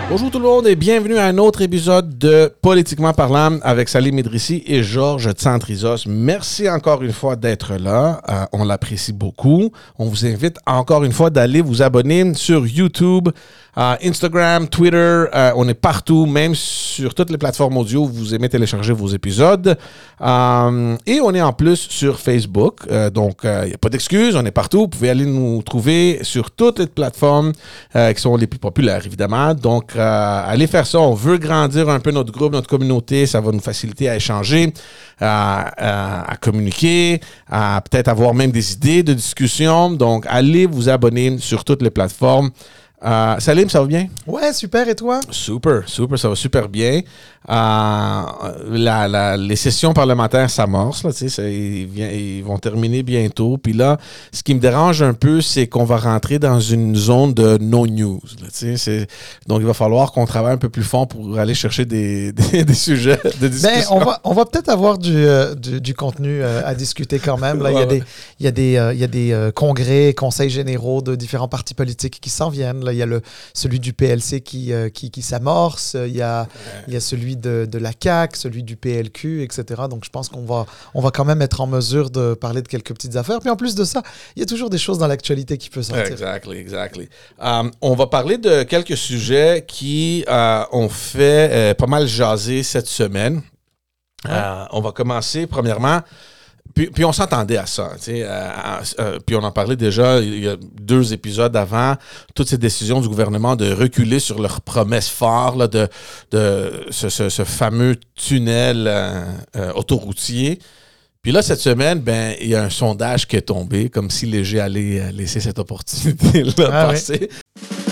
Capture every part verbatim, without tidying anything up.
Bonjour tout le monde et bienvenue à un autre épisode de Politiquement parlant avec Salim Idrissi et Georges Tsantrizos. Merci encore une fois d'être là. Euh, on l'apprécie beaucoup. On vous invite encore une fois d'aller vous abonner sur YouTube, euh, Instagram, Twitter. Euh, on est partout, même sur toutes les plateformes audio où vous aimez télécharger vos épisodes. Euh, et on est en plus sur Facebook. Euh, donc, il euh, n'y a pas d'excuses. On est partout. Vous pouvez aller nous trouver sur toutes les plateformes euh, qui sont les plus populaires, évidemment. Donc, euh, allez faire ça. On veut grandir un peu notre groupe, notre communauté. Ça va nous faciliter à échanger, à, à, à communiquer, à peut-être avoir même des idées de discussion. Donc, allez vous abonner sur toutes les plateformes. Euh, Salim, ça va bien? Ouais, super. Et toi? Super, super, ça va super bien. Euh, la, la, les sessions parlementaires s'amorcent, là, tu sais, ils, ils vont terminer bientôt. Puis là, ce qui me dérange un peu, c'est qu'on va rentrer dans une zone de no news. Là, tu sais, c'est, donc, il va falloir qu'on travaille un peu plus fort pour aller chercher des, des, des sujets de discussion. Ben, on va, on va peut-être avoir du, euh, du, du contenu euh, à discuter quand même. Là, il y a des, il y a des, euh, il y a des euh, congrès, conseils généraux de différents partis politiques qui s'en viennent. Là, il y a le, celui du P L C qui, euh, qui, qui s'amorce. Il y a, ouais. il y a celui de, de la C A Q, celui du P L Q, et cetera. Donc, je pense qu'on va, on va quand même être en mesure de parler de quelques petites affaires. Puis en plus de ça, il y a toujours des choses dans l'actualité qui peuvent sortir. Exactly, exactly. Um, on va parler de quelques sujets qui euh, ont fait euh, pas mal jaser cette semaine. Ouais. Euh, on va commencer, premièrement, puis, puis on s'attendait à ça. Tu sais, euh, euh, puis on en parlait déjà il y a deux épisodes avant, toutes ces décisions du gouvernement de reculer sur leurs promesses fortes là, de, de ce, ce, ce fameux tunnel euh, euh, autoroutier. Puis là, cette semaine, ben, il y a un sondage qui est tombé, comme si Léger allait laisser cette opportunité-là ah, passer. Oui.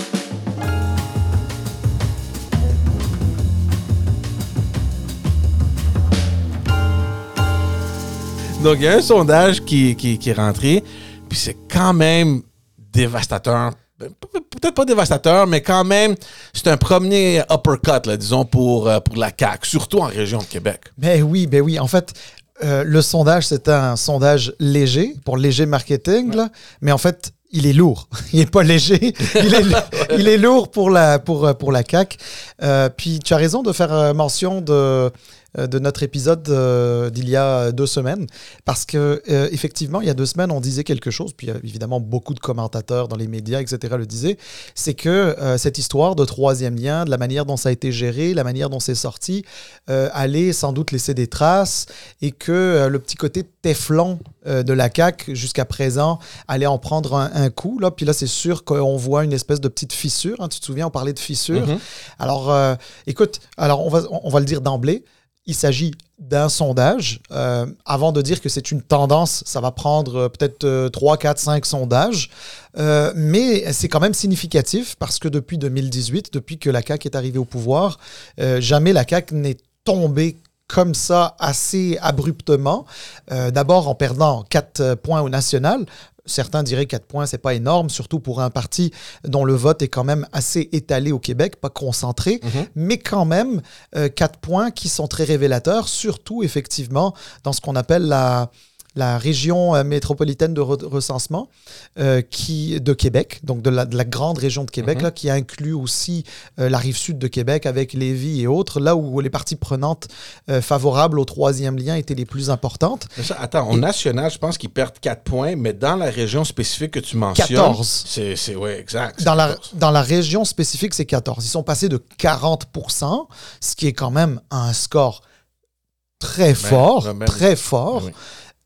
Donc, il y a un sondage qui, qui, qui est rentré, puis c'est quand même dévastateur. Peut-être pas dévastateur, mais quand même, c'est un premier uppercut, là, disons, pour, pour la C A Q, surtout en région de Québec. Ben oui, ben oui. En fait, euh, le sondage, c'est un sondage léger, pour léger marketing, ouais. là, mais en fait, il est lourd. Il n'est pas léger. Il est, il est lourd pour la, pour, pour la C A Q. Euh, puis, tu as raison de faire mention de... de notre épisode euh, d'il y a deux semaines, parce que euh, effectivement, il y a deux semaines, on disait quelque chose, puis euh, évidemment, beaucoup de commentateurs dans les médias, et cetera le disaient, c'est que euh, cette histoire de troisième lien, de la manière dont ça a été géré, la manière dont c'est sorti, euh, allait sans doute laisser des traces, et que euh, le petit côté téflon euh, de la C A Q, jusqu'à présent, allait en prendre un, un coup, là, puis là, c'est sûr qu'on voit une espèce de petite fissure, hein, tu te souviens, on parlait de fissure. Mm-hmm. Alors, euh, écoute, alors on va, on va le dire d'emblée, il s'agit d'un sondage. Euh, avant de dire que c'est une tendance, ça va prendre euh, peut-être euh, trois, quatre, cinq sondages. Euh, mais c'est quand même significatif parce que depuis deux mille dix-huit, depuis que la C A Q est arrivée au pouvoir, euh, jamais la C A Q n'est tombée comme ça assez abruptement. Euh, d'abord en perdant quatre points au national. Certains diraient quatre points, c'est pas énorme, surtout pour un parti dont le vote est quand même assez étalé au Québec, pas concentré, mm-hmm. mais quand même euh, quatre points qui sont très révélateurs, surtout effectivement dans ce qu'on appelle la... la région métropolitaine de re- recensement euh, qui, de Québec, donc de la, de la grande région de Québec, mm-hmm. là, qui inclut aussi euh, la rive sud de Québec avec Lévis et autres, là où les parties prenantes euh, favorables au troisième lien étaient les plus importantes. Mais ça, attends, au et, national, je pense qu'ils perdent quatre points, mais dans la région spécifique que tu mentionnes... quatorze. C'est, c'est, oui, exact. Dans la, dans la région spécifique, c'est quatorze. Ils sont passés de quarante pour cent, ce qui est quand même un score très ben, fort, ben, ben, très fort. Ben, oui.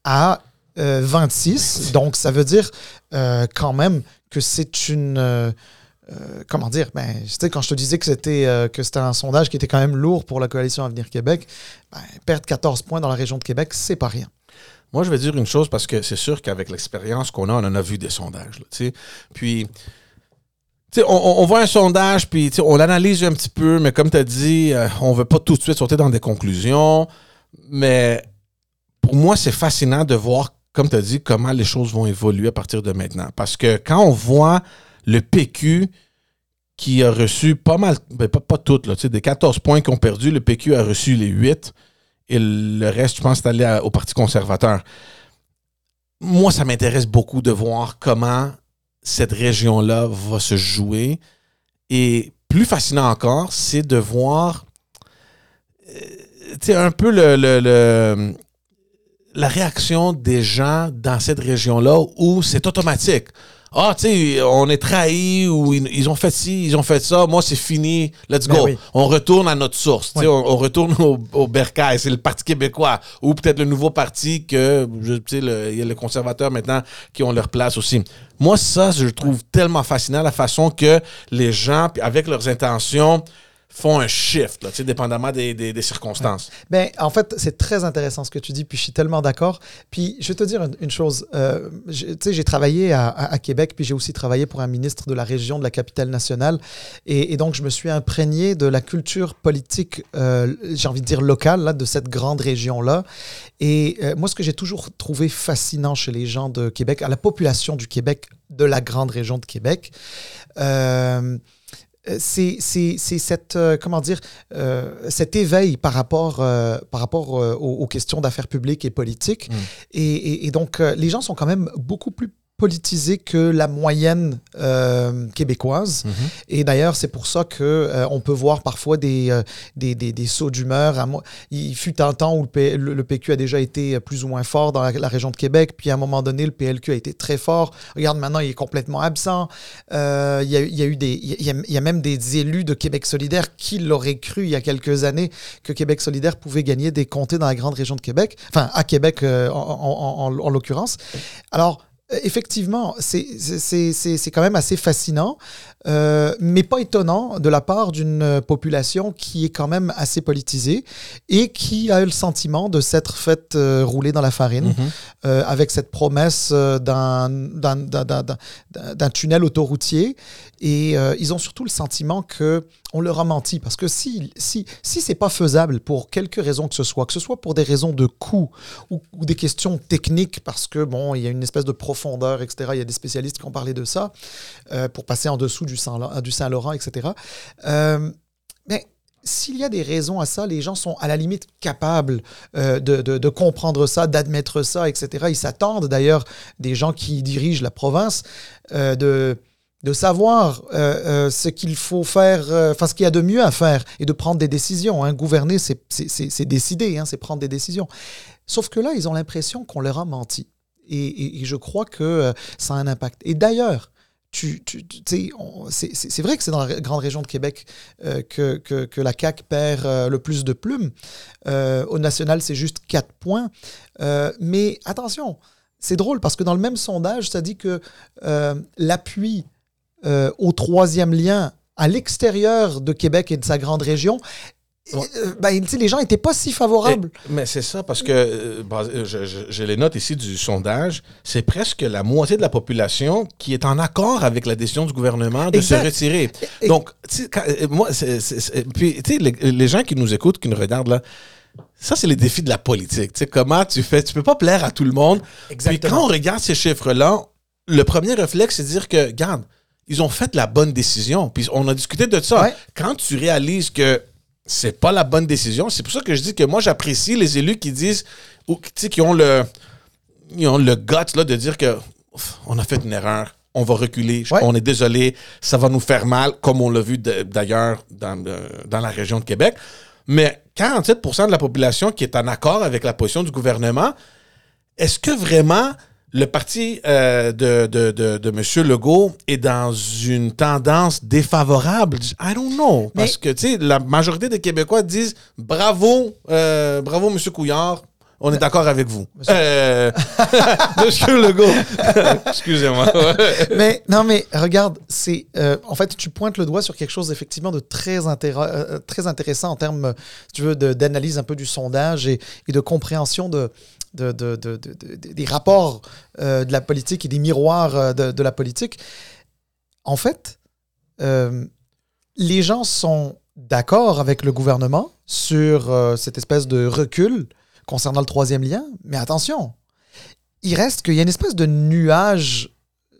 à euh, vingt-six. Donc, ça veut dire euh, quand même que c'est une... Euh, euh, comment dire? Ben, tu sais, quand je te disais que c'était, euh, que c'était un sondage qui était quand même lourd pour la Coalition Avenir Québec, ben, perdre quatorze points dans la région de Québec, c'est pas rien. Moi, je vais dire une chose parce que c'est sûr qu'avec l'expérience qu'on a, on en a vu des sondages. Là, t'sais. Puis... T'sais, on, on voit un sondage, puis on l'analyse un petit peu, mais comme tu as dit, euh, on ne veut pas tout de suite sauter dans des conclusions, mais... Pour moi, c'est fascinant de voir, comme tu as dit, comment les choses vont évoluer à partir de maintenant. Parce que quand on voit le P Q qui a reçu pas mal, ben pas, pas toutes, là, des quatorze points qu'ils ont perdu, le P Q a reçu les huit et le reste, je pense, c'est allé à, au Parti conservateur. Moi, ça m'intéresse beaucoup de voir comment cette région-là va se jouer. Et plus fascinant encore, c'est de voir euh, tu sais, un peu le, le, le, la réaction des gens dans cette région-là où c'est automatique. Ah, tu sais, on est trahi ou ils, ils ont fait ci, ils ont fait ça. Moi, c'est fini. Let's go. Ben oui. On retourne à notre source. Oui. On, on retourne au, au bercail. C'est le Parti québécois. Ou peut-être le nouveau parti que, tu sais, il y a les conservateurs maintenant qui ont leur place aussi. Moi, ça, je trouve ouais. tellement fascinant la façon que les gens, avec leurs intentions, font un shift, là, dépendamment des, des, des circonstances. Ouais. Ben, en fait, c'est très intéressant ce que tu dis, puis je suis tellement d'accord. Puis je vais te dire une, une chose. Euh, j'ai travaillé à, à, à Québec, puis j'ai aussi travaillé pour un ministre de la région de la capitale nationale. Et, et donc, je me suis imprégné de la culture politique, euh, j'ai envie de dire locale, là, de cette grande région-là. Et euh, moi, ce que j'ai toujours trouvé fascinant chez les gens de Québec, à la population du Québec, de la grande région de Québec, euh, c'est, c'est, c'est cette, euh, comment dire, euh, cet éveil par rapport, euh, par rapport euh, aux, aux questions d'affaires publiques et politiques. Mmh. Et, et, et donc, euh, les gens sont quand même beaucoup plus politisés que la moyenne euh, québécoise. Mm-hmm. Et d'ailleurs, c'est pour ça qu'on euh, peut voir parfois des, euh, des, des, des sauts d'humeur. Il fut un temps où le, P, le, le P Q a déjà été plus ou moins fort dans la, la région de Québec, puis à un moment donné, le P L Q a été très fort. Regarde, maintenant, il est complètement absent. Euh, il, y a, il y a eu des... Il y a, il y a même des élus de Québec solidaire qui l'auraient cru il y a quelques années que Québec solidaire pouvait gagner des comtés dans la grande région de Québec, enfin, à Québec euh, en, en, en, en l'occurrence. Alors, effectivement, c'est, c'est, c'est, c'est quand même assez fascinant, euh, mais pas étonnant de la part d'une population qui est quand même assez politisée et qui a eu le sentiment de s'être faite euh, rouler dans la farine, mm-hmm. euh, avec cette promesse euh, d'un, d'un, d'un, d'un, d'un, d'un tunnel autoroutier. Et euh, ils ont surtout le sentiment qu'on leur a menti. Parce que si, si, si ce n'est pas faisable pour quelque raison que ce soit, que ce soit pour des raisons de coût ou, ou des questions techniques, parce que bon, il y a une espèce de profondeur, et cetera. Il y a des spécialistes qui ont parlé de ça, euh, pour passer en dessous du, Saint, du Saint-Laurent, et cetera. Euh, mais s'il y a des raisons à ça, les gens sont à la limite capables euh, de, de, de comprendre ça, d'admettre ça, et cetera. Ils s'attendent d'ailleurs, des gens qui dirigent la province, euh, de... de savoir euh, euh, ce qu'il faut faire, enfin euh, ce qu'il y a de mieux à faire et de prendre des décisions. Hein. Gouverner, c'est, c'est, c'est, c'est décider, hein, c'est prendre des décisions. Sauf que là, ils ont l'impression qu'on leur a menti. Et, et, et je crois que euh, ça a un impact. Et d'ailleurs, tu, tu, tu sais, on, c'est, c'est, c'est vrai que c'est dans la grande région de Québec euh, que, que, que la C A Q perd euh, le plus de plumes. Euh, au national, c'est juste quatre points. Euh, mais attention, c'est drôle parce que dans le même sondage, ça dit que euh, l'appui Euh, au troisième lien à l'extérieur de Québec et de sa grande région, ouais. euh, ben, les gens n'étaient pas si favorables. Et, mais c'est ça, parce que euh, bah, je, je, j'ai les notes ici du sondage, c'est presque la moitié de la population qui est en accord avec la décision du gouvernement de exact. se retirer. Et, Donc, quand, moi, c'est, c'est, c'est, puis, les, les gens qui nous écoutent, qui nous regardent là, ça, c'est les défis de la politique. T'sais, comment tu fais? Tu peux pas plaire à tout le monde. Exactement. Puis quand on regarde ces chiffres-là, le premier réflexe, c'est de dire que, regarde, ils ont fait la bonne décision. Puis on a discuté de ça. Ouais. Quand tu réalises que c'est pas la bonne décision, c'est pour ça que je dis que moi, j'apprécie les élus qui disent, ou qui ont le, ils ont le guts là, de dire que on a fait une erreur, on va reculer, ouais. on est désolé, ça va nous faire mal, comme on l'a vu de, d'ailleurs dans, de, dans la région de Québec. Mais quarante-sept pour cent de la population qui est en accord avec la position du gouvernement, est-ce que vraiment le parti euh, de, de, de, de M. Legault est dans une tendance défavorable? I don't know. Parce Mais... que, tu sais, la majorité des Québécois disent « Bravo, euh, bravo, M. Couillard, on est d'accord avec vous. » Monsieur, euh, Monsieur Legault. Excusez-moi. mais non, mais regarde, c'est euh, en fait, tu pointes le doigt sur quelque chose effectivement de très, intér- euh, très intéressant en termes, si tu veux, de, d'analyse un peu du sondage et, et de compréhension de... De, de, de, de, de, des rapports euh, de la politique et des miroirs de, de la politique. En fait, euh, les gens sont d'accord avec le gouvernement sur euh, cette espèce de recul concernant le troisième lien, mais attention, il reste qu'il y a une espèce de nuage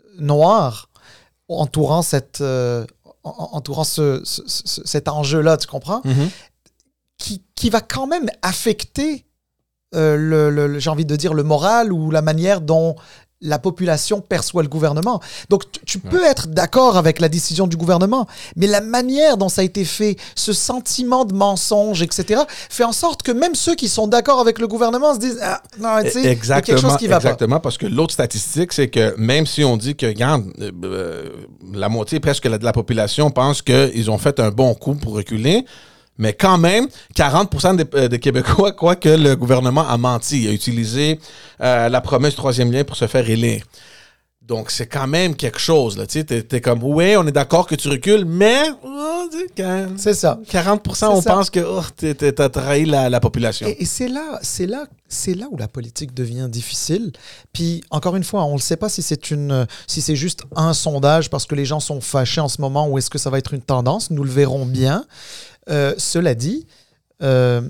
noir entourant, cette, euh, entourant ce, ce, ce, cet enjeu-là, tu comprends? Mm-hmm. qui, qui va quand même affecter Euh, le, le, j'ai envie de dire le moral ou la manière dont la population perçoit le gouvernement. Donc, tu, tu peux être d'accord avec la décision du gouvernement, mais la manière dont ça a été fait, ce sentiment de mensonge, et cetera, fait en sorte que même ceux qui sont d'accord avec le gouvernement se disent « Ah, non, tu sais, il y a quelque chose qui va pas. » Exactement, parce que l'autre statistique, c'est que même si on dit que, regarde, euh, la moitié presque de la population pense qu'ils ont fait un bon coup pour reculer, mais quand même, quarante pour cent des, euh, des Québécois croient que le gouvernement a menti, il a utilisé euh, la promesse du troisième lien pour se faire élire. Donc, c'est quand même quelque chose. Tu sais, t'es, t'es comme, oui, on est d'accord que tu recules, mais oh, quand, c'est ça. quarante pour cent, c'est on ça. pense que oh, t'es, t'es, t'as trahi la, la population. Et, et c'est là, c'est là, c'est là où la politique devient difficile. Puis, encore une fois, on ne sait pas si c'est une, si c'est juste un sondage parce que les gens sont fâchés en ce moment ou est-ce que ça va être une tendance. Nous le verrons bien. Euh, cela dit, euh,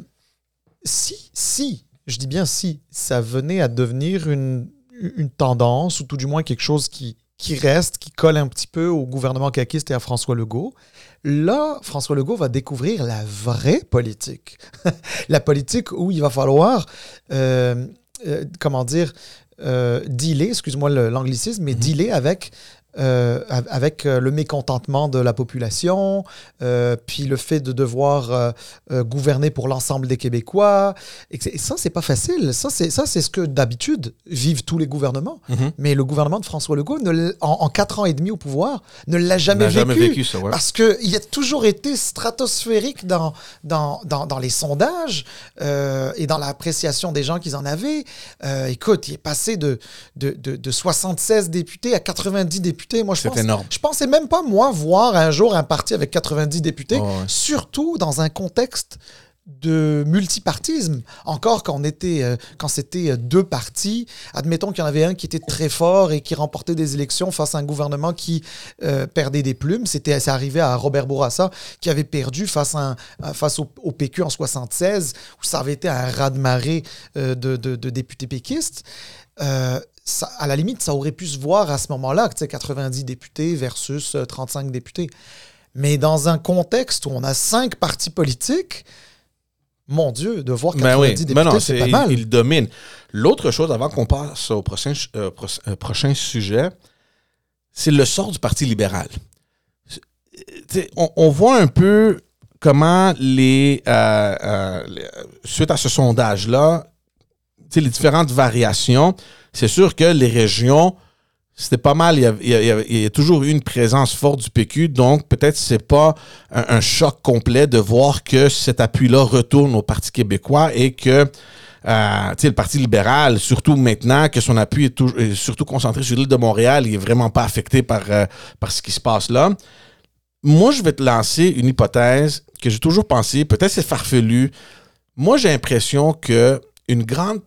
si, si, je dis bien si, ça venait à devenir une, une tendance, ou tout du moins quelque chose qui, qui reste, qui colle un petit peu au gouvernement caquiste et à François Legault, là, François Legault va découvrir la vraie politique. La politique où il va falloir, euh, euh, comment dire, euh, dealer, excuse-moi le, l'anglicisme, mais mm-hmm. dealer avec... Euh, avec euh, le mécontentement de la population, euh, puis le fait de devoir euh, euh, gouverner pour l'ensemble des Québécois. Et, et ça, c'est pas facile. Ça c'est, ça, c'est ce que d'habitude vivent tous les gouvernements. Mm-hmm. Mais le gouvernement de François Legault, ne en, en quatre ans et demi au pouvoir, ne l'a jamais n'a vécu. Jamais vécu ça, ouais. Parce qu'il a toujours été stratosphérique dans, dans, dans, dans les sondages euh, et dans l'appréciation des gens qu'ils en avaient. Euh, écoute, il est passé de, de, de, de soixante-seize députés à quatre-vingt-dix députés. Moi, je c'est pense, énorme. Je pensais même pas, moi, voir un jour un parti avec quatre-vingt-dix députés, oh, ouais. surtout dans un contexte de multipartisme. Encore quand, on était, euh, quand c'était deux partis, admettons qu'il y en avait un qui était très fort et qui remportait des élections face à un gouvernement qui euh, perdait des plumes. C'était, c'est arrivé à Robert Bourassa qui avait perdu face, à un, face au, au P Q en soixante-seize, où ça avait été un raz-de-marée euh, de, de, de députés péquistes. Euh, ça, à la limite, ça aurait pu se voir à ce moment-là, tu sais, quatre-vingt-dix députés versus euh, trente-cinq députés. Mais dans un contexte où on a cinq partis politiques, mon Dieu, de voir quatre-vingt-dix ben oui. députés, non, c'est, c'est pas mal. Il, il domine. L'autre chose, avant qu'on passe au prochain, euh, pro, euh, prochain sujet, c'est le sort du Parti libéral. On, on voit un peu comment, les, euh, euh, les suite à ce sondage-là, les différentes variations, c'est sûr que les régions, c'était pas mal. Il y, a, il, y a, il y a toujours eu une présence forte du P Q, donc peut-être que c'est pas un, un choc complet de voir que cet appui-là retourne au Parti québécois et que euh, le Parti libéral, surtout maintenant que son appui est, tout, est surtout concentré sur l'île de Montréal, il n'est vraiment pas affecté par, euh, par ce qui se passe là. Moi, je vais te lancer une hypothèse que j'ai toujours pensé, peut-être c'est farfelu. Moi, j'ai l'impression qu'une grande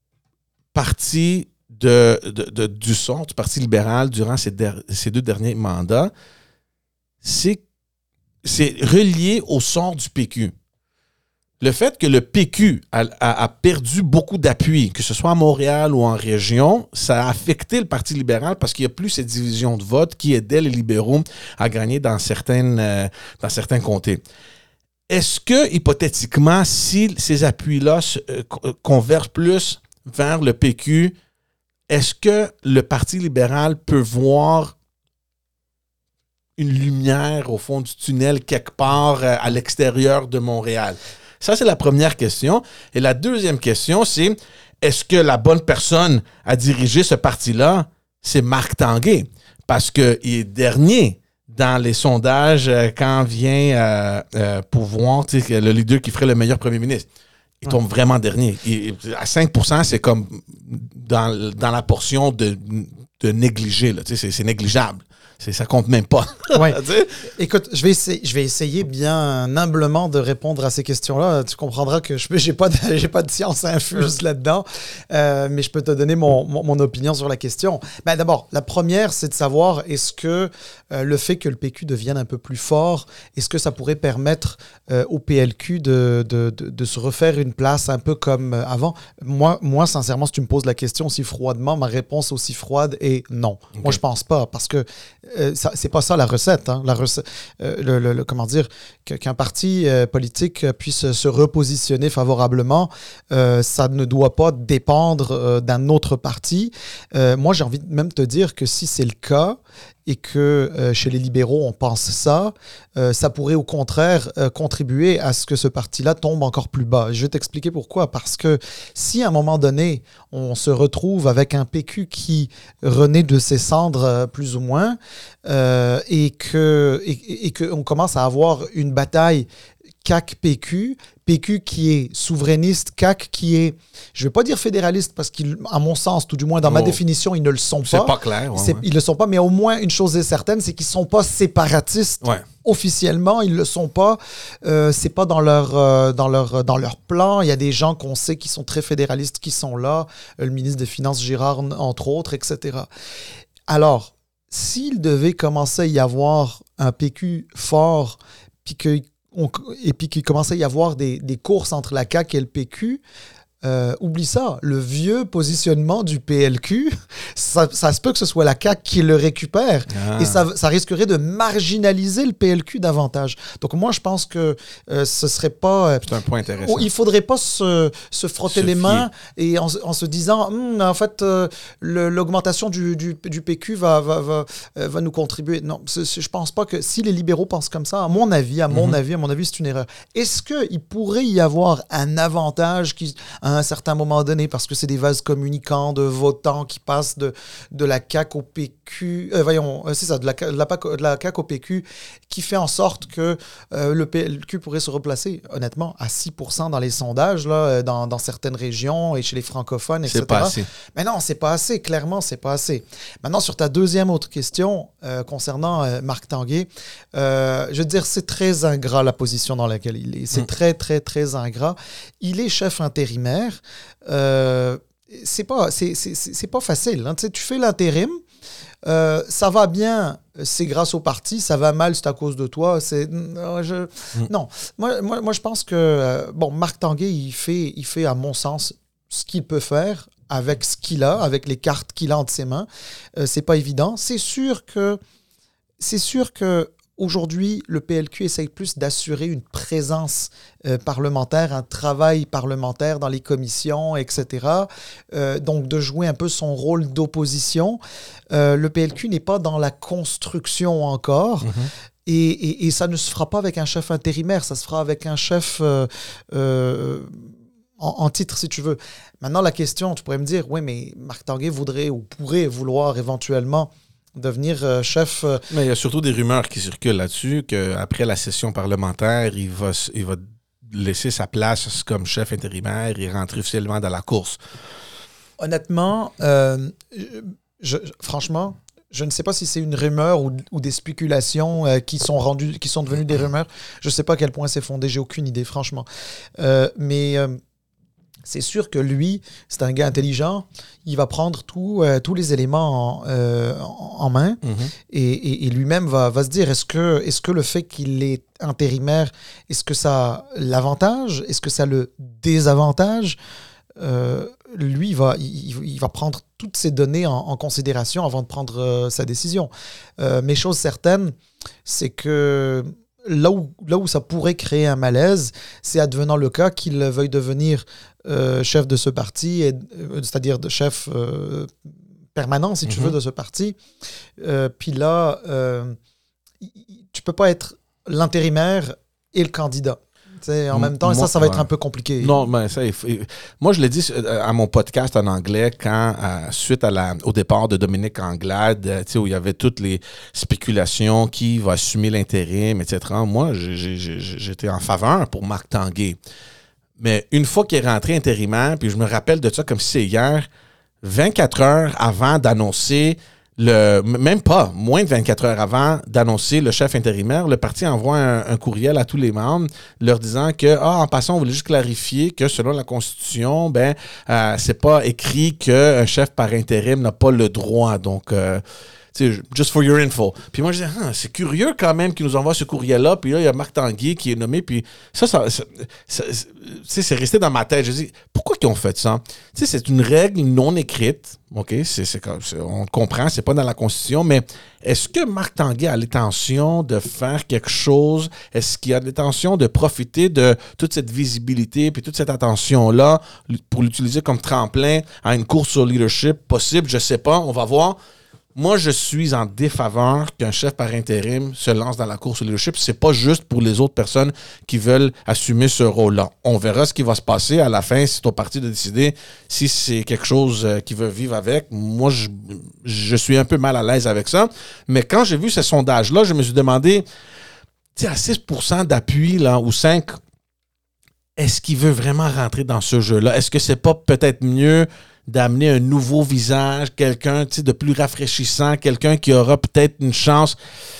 partie de, de, de, du sort du Parti libéral durant ces, der, ces deux derniers mandats, c'est, c'est relié au sort du P Q. Le fait que le P Q a, a, a perdu beaucoup d'appui, que ce soit à Montréal ou en région, ça a affecté le Parti libéral parce qu'il n'y a plus cette division de vote qui aidait les libéraux à gagner dans, certaines, euh, dans certains comtés. Est-ce que, hypothétiquement, si ces appuis-là se, euh, convergent plus vers le P Q, est-ce que le Parti libéral peut voir une lumière au fond du tunnel quelque part euh, à l'extérieur de Montréal? Ça, c'est la première question. Et la deuxième question, c'est est-ce que la bonne personne à diriger ce parti-là, c'est Marc Tanguay? Parce qu'il est dernier dans les sondages euh, quand vient euh, euh, pouvoir, tu sais, le leader qui ferait le meilleur premier ministre. Il tombe vraiment dernier. Il, à cinq pour cent, c'est comme dans, dans la portion de, de négliger. Là. Tu sais, c'est, c'est négligeable. C'est, ça compte même pas. Ouais. Écoute, je vais, essayer, je vais essayer bien humblement de répondre à ces questions-là. Tu comprendras que je n'ai pas, pas de science infuse là-dedans, euh, mais je peux te donner mon, mon, mon opinion sur la question. Ben, d'abord, la première, c'est de savoir est-ce que euh, le fait que le P Q devienne un peu plus fort, est-ce que ça pourrait permettre euh, au P L Q de, de, de, de se refaire une place un peu comme avant? Moi, moi, sincèrement, si tu me poses la question aussi froidement, ma réponse aussi froide est non. Okay. Moi, je pense pas, parce que euh, ça, c'est pas ça la recette. Hein. La recette euh, le, le, le, comment dire, que, qu'un parti euh, politique puisse se repositionner favorablement, euh, ça ne doit pas dépendre euh, d'un autre parti. Euh, moi, j'ai envie de même te dire que si c'est le cas, et que euh, chez les libéraux, on pense ça, euh, ça pourrait au contraire euh, contribuer à ce que ce parti-là tombe encore plus bas. Je vais t'expliquer pourquoi. Parce que si à un moment donné, on se retrouve avec un P Q qui renaît de ses cendres, euh, plus ou moins, euh, et que et, et qu'on commence à avoir une bataille C A Q-P Q, P Q qui est souverainiste, C A Q qui est, je ne vais pas dire fédéraliste, parce qu'à mon sens, tout du moins dans oh. ma définition, ils ne le sont pas. C'est pas clair. Ouais, c'est, ouais. Ils ne le sont pas, mais au moins une chose est certaine, c'est qu'ils ne sont pas séparatistes. Ouais. Officiellement, ils ne le sont pas. Euh, c'est pas dans leur, euh, dans, leur, dans leur plan. Il y a des gens qu'on sait qui sont très fédéralistes qui sont là, le ministre des Finances Girard, entre autres, et cetera. Alors, s'il devait commencer à y avoir un P Q fort, puis que On, et puis qu'il commençait à y avoir des, des courses entre la C A Q et le P Q, euh, oublie ça. Le vieux positionnement du P L Q, ça, ça se peut que ce soit la C A Q qui le récupère. Ah. Et ça, ça risquerait de marginaliser le P L Q davantage. Donc moi, je pense que euh, ce serait pas... Euh, C'est un point intéressant. Il faudrait pas se, se frotter se les mains et en, en se disant, hm, en fait, euh, le, l'augmentation du, du, du P Q va, va, va, euh, va nous contribuer. Non, c'est, c'est, je pense pas que... Si les libéraux pensent comme ça, à mon avis, à mon mm-hmm. avis, à mon avis, c'est une erreur. Est-ce qu'il pourrait y avoir un avantage qui... à un certain moment donné, parce que c'est des vases communicants de votants qui passent de, de la C A Q au P Q, euh, voyons, euh, c'est ça, de la, de, la, de la C A Q au P Q, qui fait en sorte que euh, le P L Q pourrait se replacer, honnêtement, à six pour cent dans les sondages, là, dans, dans certaines régions et chez les francophones, et cetera. C'est pas assez. Mais non, c'est pas assez, clairement, c'est pas assez. Maintenant, sur ta deuxième autre question, euh, concernant euh, Marc Tanguay, euh, je veux dire, c'est très ingrat la position dans laquelle il est. C'est mmh. très, très, très ingrat. Il est chef intérimaire. Euh, c'est pas, c'est, c'est, c'est pas facile. Hein. Tu sais, tu fais l'intérim, euh, ça va bien, c'est grâce au parti, ça va mal, c'est à cause de toi. C'est, euh, je, mmh. Non, moi, moi, moi, je pense que euh, bon, Marc Tanguay, il fait, il fait, à mon sens, ce qu'il peut faire avec ce qu'il a, avec les cartes qu'il a entre ses mains. Euh, c'est pas évident. C'est sûr que, c'est sûr que aujourd'hui, le P L Q essaye plus d'assurer une présence euh, parlementaire, un travail parlementaire dans les commissions, et cetera. Euh, donc, de jouer un peu son rôle d'opposition. Euh, le P L Q n'est pas dans la construction encore. Mm-hmm. Et, et, et ça ne se fera pas avec un chef intérimaire, ça se fera avec un chef euh, euh, en, en titre, si tu veux. Maintenant, la question, tu pourrais me dire, oui, mais Marc Tanguay voudrait ou pourrait vouloir éventuellement devenir euh, chef... Euh... Mais il y a surtout des rumeurs qui circulent là-dessus, qu'après la session parlementaire, il va, il va laisser sa place comme chef intérimaire et rentrer officiellement dans la course. Honnêtement, euh, je, franchement, je ne sais pas si c'est une rumeur ou, ou des spéculations euh, qui sont rendues, qui sont devenues des rumeurs. Je ne sais pas à quel point c'est fondé, j'ai aucune idée, franchement. Euh, mais... Euh, c'est sûr que lui, c'est un gars intelligent. Il va prendre tout, euh, tous les éléments en, euh, en main mm-hmm. et, et, et lui-même va, va se dire, est-ce que, est-ce que le fait qu'il est intérimaire, est-ce que ça a l'avantage? Est-ce que ça le désavantage? Euh, lui, il va, il, il va prendre toutes ces données en, en considération avant de prendre euh, sa décision. Euh, mais chose certaine, c'est que Là où, là où ça pourrait créer un malaise, c'est advenant le cas qu'il veuille devenir euh, chef de ce parti, et, euh, c'est-à-dire de chef euh, permanent, si mm-hmm. tu veux, de ce parti. Euh, puis là, euh, tu peux pas être l'intérimaire et le candidat. T'sais, en même temps, moi, et ça, ça va ouais. être un peu compliqué. Non, mais ça, il faut, il... moi, je l'ai dit à mon podcast en anglais quand, euh, suite à la, au départ de Dominique Anglade, euh, où il y avait toutes les spéculations, qui va assumer l'intérim, et cetera. Moi, j'ai, j'ai, j'ai, j'étais en faveur pour Marc Tanguay. Mais une fois qu'il est rentré intérimaire, puis je me rappelle de ça comme si c'est hier, vingt-quatre heures avant d'annoncer... Le, même pas, moins de vingt-quatre heures avant d'annoncer le chef intérimaire, le parti envoie un, un courriel à tous les membres leur disant que, ah, en passant, on voulait juste clarifier que selon la Constitution, ben, euh, c'est pas écrit qu'un chef par intérim n'a pas le droit. Donc, euh, tu sais, just for your info. Puis moi, je dis, ah, c'est curieux quand même qu'ils nous envoient ce courriel-là. Puis là, il y a Marc Tanguay qui est nommé. Puis ça, ça, ça, ça c'est, c'est resté dans ma tête. Je dis, pourquoi ils ont fait ça? Tu sais, c'est une règle non écrite. OK? C'est, c'est, c'est, on comprend, c'est pas dans la Constitution. Mais est-ce que Marc Tanguay a l'intention de faire quelque chose? Est-ce qu'il a l'intention de profiter de toute cette visibilité puis toute cette attention-là pour l'utiliser comme tremplin à une course au leadership possible? Je sais pas. On va voir. Moi, je suis en défaveur qu'un chef par intérim se lance dans la course au leadership. C'est pas juste pour les autres personnes qui veulent assumer ce rôle-là. On verra ce qui va se passer à la fin. C'est au parti de décider si c'est quelque chose qu'il veut vivre avec. Moi, je, je suis un peu mal à l'aise avec ça. Mais quand j'ai vu ce sondage-là, je me suis demandé, tu sais, à six pour cent d'appui, là, ou cinq, est-ce qu'il veut vraiment rentrer dans ce jeu-là? Est-ce que c'est pas peut-être mieux d'amener un nouveau visage, quelqu'un de plus rafraîchissant, quelqu'un qui aura peut-être une chance?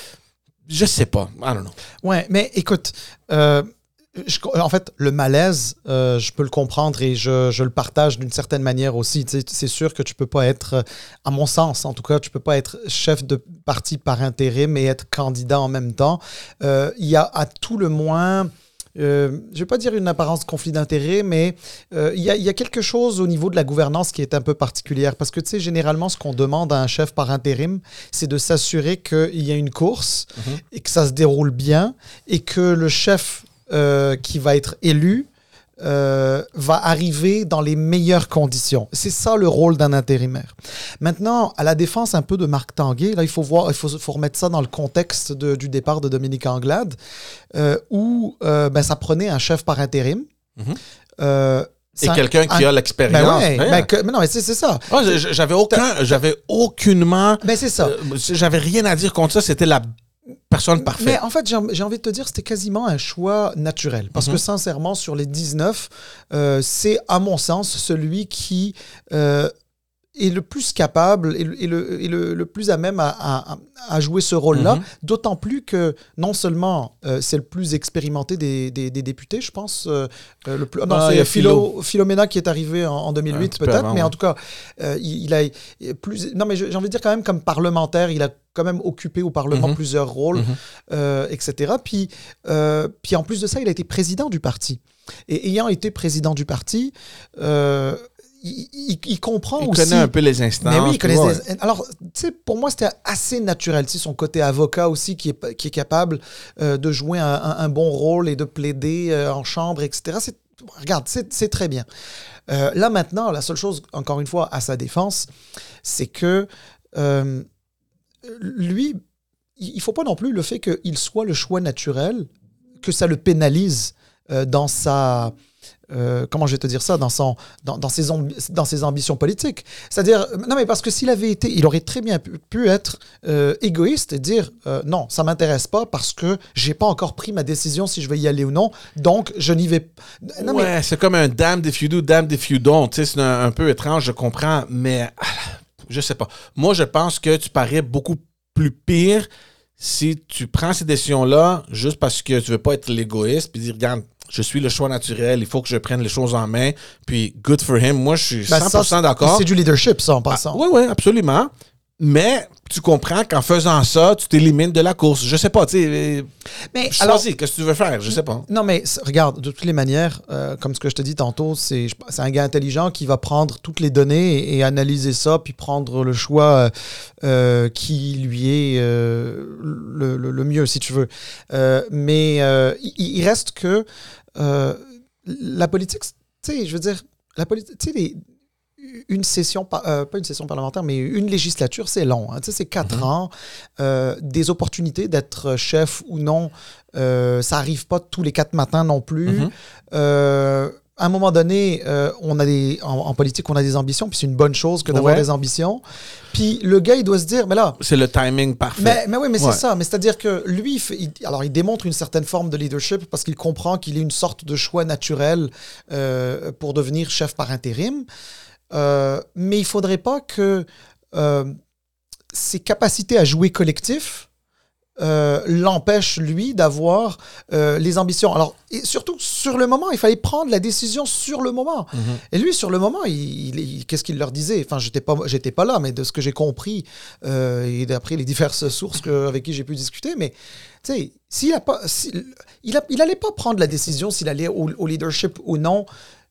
Je sais pas. I don't know. Ouais, mais écoute, euh, je, en fait, le malaise, euh, je peux le comprendre et je, je le partage d'une certaine manière aussi. Tu sais, c'est sûr que tu peux pas être, à mon sens en tout cas, tu peux pas être chef de parti par intérim et être candidat en même temps. Euh, il y a à tout le moins... Euh, je ne vais pas dire une apparence de conflit d'intérêt, mais il euh, y, y a quelque chose au niveau de la gouvernance qui est un peu particulière. Parce que, tu sais, généralement, ce qu'on demande à un chef par intérim, c'est de s'assurer qu'il y a une course mm-hmm. et que ça se déroule bien et que le chef euh, qui va être élu Euh, va arriver dans les meilleures conditions. C'est ça le rôle d'un intérimaire. Maintenant, à la défense un peu de Marc Tanguay, là, il faut voir, il faut, faut remettre ça dans le contexte de, du départ de Dominique Anglade, euh, où euh, ben, ça prenait un chef par intérim. Mm-hmm. Euh, Et quelqu'un qui un, a l'expérience. Ben ouais, hein? ben que, mais non, mais c'est, c'est ça. Ah, j'avais aucun, j'avais aucunement. Ben c'est ça. Euh, j'avais rien à dire contre ça. C'était la personne parfaite. Mais en fait, j'ai, j'ai envie de te dire, c'était quasiment un choix naturel. Parce mm-hmm. que sincèrement, sur les dix-neuf, euh, c'est, à mon sens, celui qui euh, est le plus capable et le, et le, et le, le plus à même à, à, à jouer ce rôle-là. Mm-hmm. D'autant plus que, non seulement euh, c'est le plus expérimenté des, des, des députés, je pense. Euh, le plus, non, ah, c'est Philo, Philomena qui est arrivé en, en deux mille huit, un peut-être. Avant, mais ouais. en tout cas, euh, il, il a plus... Non, mais j'ai envie de dire quand même, comme parlementaire, il a quand même occupé au Parlement mm-hmm. plusieurs rôles, mm-hmm. euh, et cetera. Puis, euh, puis en plus de ça, il a été président du parti. Et ayant été président du parti, euh, il, il, il comprend il aussi... Il connaît un peu les instances. Mais oui, il connaît ouais. les... Alors, tu sais, pour moi, c'était assez naturel. Tu sais, son côté avocat aussi, qui est, qui est capable euh, de jouer un, un, un bon rôle et de plaider euh, en chambre, et cetera. C'est, regarde, c'est, c'est très bien. Euh, là, maintenant, la seule chose, encore une fois, à sa défense, c'est que... Euh, lui, il ne faut pas non plus le fait qu'il soit le choix naturel, que ça le pénalise euh, dans sa... Euh, comment je vais te dire ça, dans, son, dans, dans, ses ambi- dans ses ambitions politiques. C'est-à-dire, non mais parce que s'il avait été, il aurait très bien pu, pu être euh, égoïste et dire euh, non, ça m'intéresse pas parce que j'ai pas encore pris ma décision si je vais y aller ou non, donc je n'y vais pas. Ouais, mais... c'est comme un damned if you do, damned if you don't. Tu sais, c'est un, un peu étrange, je comprends, mais je sais pas. Moi, je pense que tu parais beaucoup plus pire si tu prends ces décisions-là juste parce que tu veux pas être l'égoïste puis dire, regarde, je suis le choix naturel, il faut que je prenne les choses en main, puis good for him. Moi, je suis cent pour cent ben ça, d'accord. C'est du leadership, ça, en passant. Ah, oui, oui, absolument. Mais tu comprends qu'en faisant ça, tu t'élimines de la course. Je sais pas, tu sais. Mais alors, qu'est-ce que tu veux faire? Je sais pas. Non, mais regarde, de toutes les manières, euh, comme ce que je te dis tantôt, c'est, c'est un gars intelligent qui va prendre toutes les données et, et analyser ça, puis prendre le choix euh, qui lui est euh, le, le, le mieux, si tu veux. Euh, mais euh, il, il reste que euh, la politique, tu sais, je veux dire, la politique, tu sais, les. Une session, euh, pas une session parlementaire, mais une législature, c'est long. Hein. Tu sais, c'est quatre mm-hmm. ans. Euh, des opportunités d'être chef ou non, euh, ça n'arrive pas tous les quatre matins non plus. Mm-hmm. Euh, à un moment donné, euh, on a des, en, en politique, on a des ambitions, puis c'est une bonne chose que d'avoir ouais. des ambitions. Puis le gars, il doit se dire, mais là... C'est le timing parfait. Mais, mais oui, mais ouais. c'est ça. Mais c'est-à-dire que lui, il, alors il démontre une certaine forme de leadership parce qu'il comprend qu'il est une sorte de choix naturel euh, pour devenir chef par intérim. Euh, mais il ne faudrait pas que euh, ses capacités à jouer collectif euh, l'empêche, lui, d'avoir euh, les ambitions. Alors, et surtout, sur le moment, il fallait prendre la décision sur le moment. Mm-hmm. Et lui, sur le moment, il, il, il, qu'est-ce qu'il leur disait? Enfin, j'étais pas, j'étais pas là, mais de ce que j'ai compris, euh, et d'après les diverses sources que, avec qui j'ai pu discuter, mais tu sais, s'il a pas, s'il, il, a, il allait pas prendre la décision s'il allait au, au leadership ou non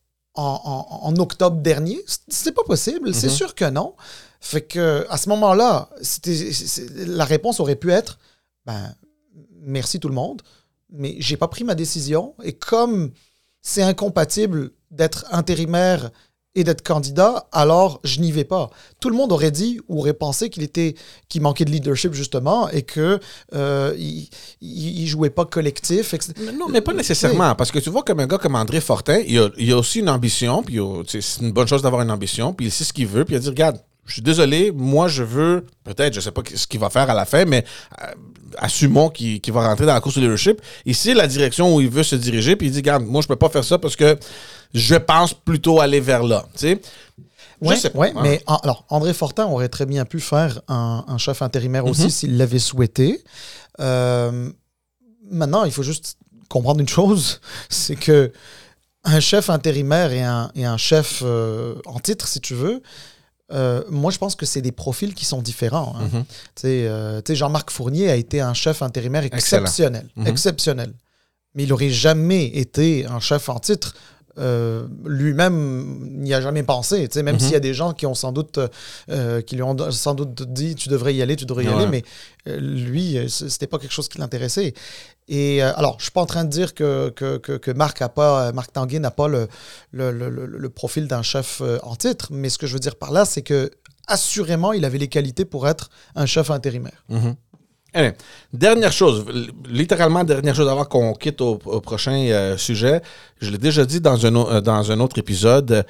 en, en, en octobre dernier. C'est pas possible, mm-hmm. c'est sûr que non. Fait que à ce moment-là, c'était, c'est, la réponse aurait pu être ben, merci tout le monde, mais j'ai pas pris ma décision. Et comme c'est incompatible d'être intérimaire et d'être candidat, alors je n'y vais pas. Tout le monde aurait dit ou aurait pensé qu'il était, qu'il manquait de leadership justement et que euh, il, il jouait pas collectif. Non, mais pas nécessairement, parce que tu vois comme un gars comme André Fortin, il a, il a aussi une ambition, puis a, c'est une bonne chose d'avoir une ambition, puis il sait ce qu'il veut, puis il a dit regarde. Je suis désolé, moi je veux, peut-être, je sais pas ce qu'il va faire à la fin, mais euh, assumons qu'il, qu'il va rentrer dans la course de leadership. Ici, la direction où il veut se diriger, puis il dit, regarde, moi je peux pas faire ça parce que je pense plutôt aller vers là. Tu sais? Oui, ouais, hein. Mais en, alors, André Fortin aurait très bien pu faire un, un chef intérimaire aussi mm-hmm. s'il l'avait souhaité. Euh, maintenant, il faut juste comprendre une chose, c'est que un chef intérimaire et un, et un chef euh, en titre, si tu veux, Euh, moi, je pense que c'est des profils qui sont différents. Hein. Mm-hmm. Tu sais, euh, Jean-Marc Fournier a été un chef intérimaire exceptionnel. Mm-hmm. Exceptionnel. Mais il n'aurait jamais été un chef en titre. Euh, lui-même n'y a jamais pensé. Même mm-hmm. s'il y a des gens qui ont sans doute euh, qui lui ont sans doute dit tu devrais y aller, tu devrais y ouais. aller, mais euh, lui, c'était pas quelque chose qui l'intéressait. Et euh, alors, je suis pas en train de dire que, que, que, que Marc a pas, Marc Tanguay n'a pas le, le, le, le profil d'un chef euh, en titre, mais ce que je veux dire par là, c'est que assurément, il avait les qualités pour être un chef intérimaire. Mm-hmm. Allez, dernière chose, littéralement dernière chose avant qu'on quitte au, au prochain euh, sujet, je l'ai déjà dit dans un, o- dans un autre épisode,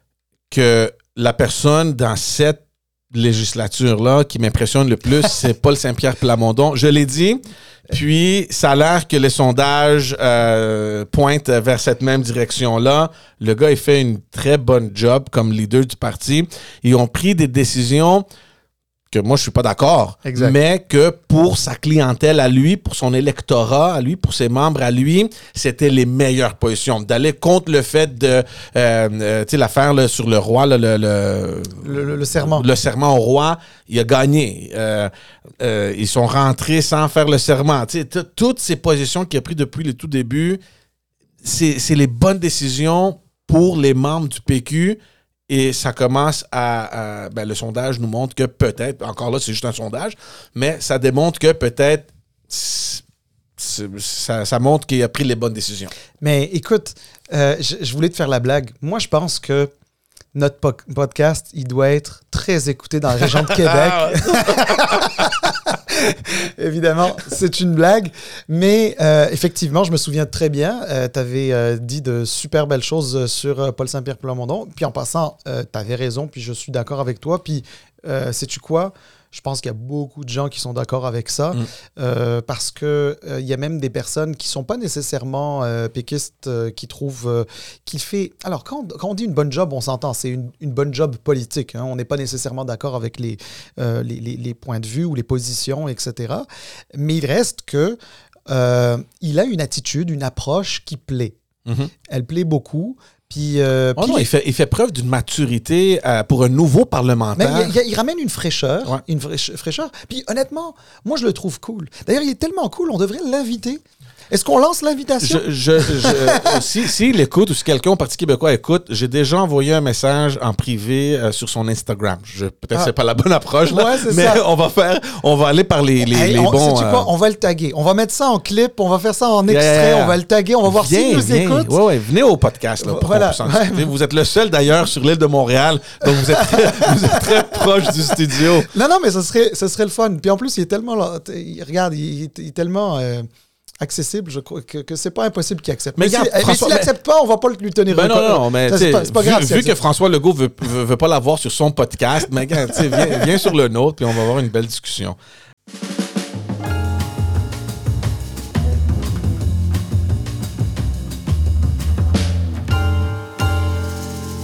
que la personne dans cette législature-là qui m'impressionne le plus, c'est Paul Saint-Pierre Plamondon. Je l'ai dit, puis ça a l'air que les sondages euh, pointent vers cette même direction-là. Le gars, il fait une très bonne job comme leader du parti. Ils ont pris des décisions que moi, je suis pas d'accord, exact. Mais que pour sa clientèle à lui, pour son électorat à lui, pour ses membres à lui, c'était les meilleures positions. D'aller contre le fait de, euh, euh, tu sais, l'affaire là, sur le roi, là, le, le, le, le, le serment. Le serment au roi, il a gagné. Euh, euh, ils sont rentrés sans faire le serment. Tu sais, t- toutes ces positions qu'il a prises depuis le tout début, c'est, c'est les bonnes décisions pour les membres du P Q. Et ça commence à... à ben, le sondage nous montre que peut-être, encore là, c'est juste un sondage, mais ça démontre que peut-être ça, ça montre qu'il a pris les bonnes décisions. Mais écoute, euh, je, je voulais te faire la blague. Moi, je pense que notre po- podcast, il doit être très écouté dans la région de Québec. Évidemment, c'est une blague. Mais euh, effectivement, je me souviens très bien, euh, tu avais euh, dit de super belles choses sur euh, Paul Saint-Pierre Plamondon. Puis en passant, euh, tu avais raison, puis je suis d'accord avec toi. Puis, euh, sais-tu quoi? Je pense qu'il y a beaucoup de gens qui sont d'accord avec ça, mm. euh, parce qu'il euh, y a même des personnes qui ne sont pas nécessairement euh, péquistes, euh, qui trouvent euh, qu'il fait... Alors, quand, quand on dit une bonne job, on s'entend, c'est une, une bonne job politique. Hein, on n'est pas nécessairement d'accord avec les, euh, les, les, les points de vue ou les positions, et cetera. Mais il reste que euh, il a une attitude, une approche qui plaît. Mm-hmm. Elle plaît beaucoup. Puis, euh, oh puis non, il, fait, il fait preuve d'une maturité euh, pour un nouveau parlementaire. Mais il, il, il ramène une fraîcheur, ouais. une fraîcheur. Puis honnêtement, moi je le trouve cool. D'ailleurs, il est tellement cool, on devrait l'inviter. Est-ce qu'on lance l'invitation? Je, je, je, si, si il écoute ou si quelqu'un au Parti québécois écoute, j'ai déjà envoyé un message en privé euh, sur son Instagram. Je, peut-être ah. que c'est pas la bonne approche, là, ouais, mais ça. on va faire, on va aller par les, les, hey, les on, bons... Euh... Quoi? On va le taguer. On va mettre ça en clip, on va faire ça en extrait, yeah, yeah. on va le taguer, on va voir s'il nous écoute. Oui, oui, venez au podcast. Là, pour voilà. qu'on puisse en discuter. Vous êtes le seul d'ailleurs sur l'île de Montréal, donc vous êtes très, vous êtes très proche du studio. Non, non, mais ce serait, ce serait le fun. Puis en plus, il est tellement... Là, il, regarde, il, il est tellement... Euh, accessible, je crois que, que c'est pas impossible qu'il accepte. Mais, mais s'il si, si n'accepte pas, on va pas lui tenir ben non, non, non, mais ça, c'est pas, c'est pas vu, grave, vu que François Legault veut, veut, veut pas l'avoir sur son podcast, mais viens, viens sur le nôtre, puis on va avoir une belle discussion.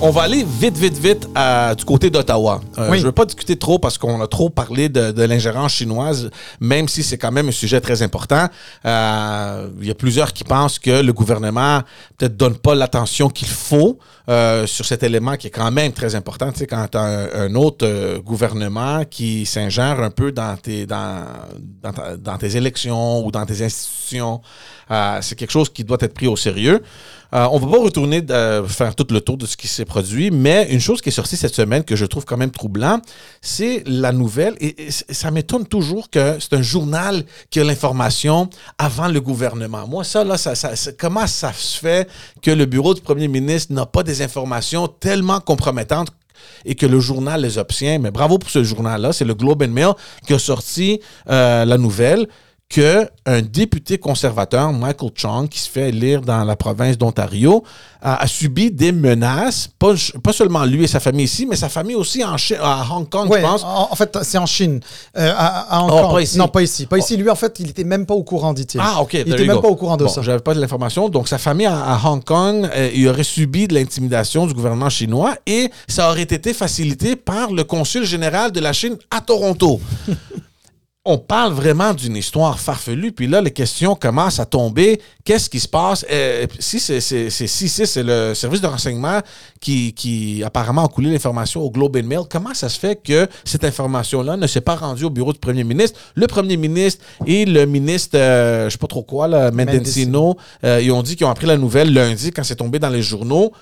On va aller vite, vite, vite à, du côté d'Ottawa. Euh, oui. Je ne veux pas discuter trop parce qu'on a trop parlé de, de l'ingérence chinoise, même si c'est quand même un sujet très important. Euh, il y a plusieurs qui pensent que le gouvernement peut-être donne pas l'attention qu'il faut euh, sur cet élément qui est quand même très important. Tu sais, quand tu as un, un autre euh, gouvernement qui s'ingère un peu dans tes, dans, dans, ta, dans tes élections ou dans tes institutions, euh, c'est quelque chose qui doit être pris au sérieux. Euh, on ne va pas retourner euh, faire tout le tour de ce qui s'est produit, mais une chose qui est sortie cette semaine que je trouve quand même troublant, c'est la nouvelle, et, et ça m'étonne toujours que c'est un journal qui a l'information avant le gouvernement. Moi, ça, là, ça, ça, ça, comment ça se fait que le bureau du premier ministre n'a pas des informations tellement compromettantes et que le journal les obtient? Mais bravo pour ce journal-là, c'est le Globe and Mail qui a sorti euh, la nouvelle qu'un député conservateur, Michael Chong, qui se fait élire dans la province d'Ontario, a, a subi des menaces, pas, pas seulement lui et sa famille ici, mais sa famille aussi en Chi- à Hong Kong, ouais, je pense. En, en fait, c'est en Chine. Euh, à, à Hong Oh, Kong. pas ici. Non, pas ici. Pas ici. Lui, en fait, il était même pas au courant, dit-il. Ah, OK. Il était même go. pas au courant de bon, ça. J'avais pas de l'information. Donc, sa famille à, à Hong Kong, euh, il aurait subi de l'intimidation du gouvernement chinois et ça aurait été facilité par le consul général de la Chine à Toronto. On parle vraiment d'une histoire farfelue, puis là, les questions commencent à tomber. Qu'est-ce qui se passe? Euh, si c'est, c'est, c'est, si c'est, c'est le service de renseignement qui, qui apparemment a coulé l'information au Globe and Mail, comment ça se fait que cette information-là ne s'est pas rendue au bureau du premier ministre? Le premier ministre et le ministre, euh, je sais pas trop quoi, là, Mendocino, euh, ils ont dit qu'ils ont appris la nouvelle lundi quand c'est tombé dans les journaux.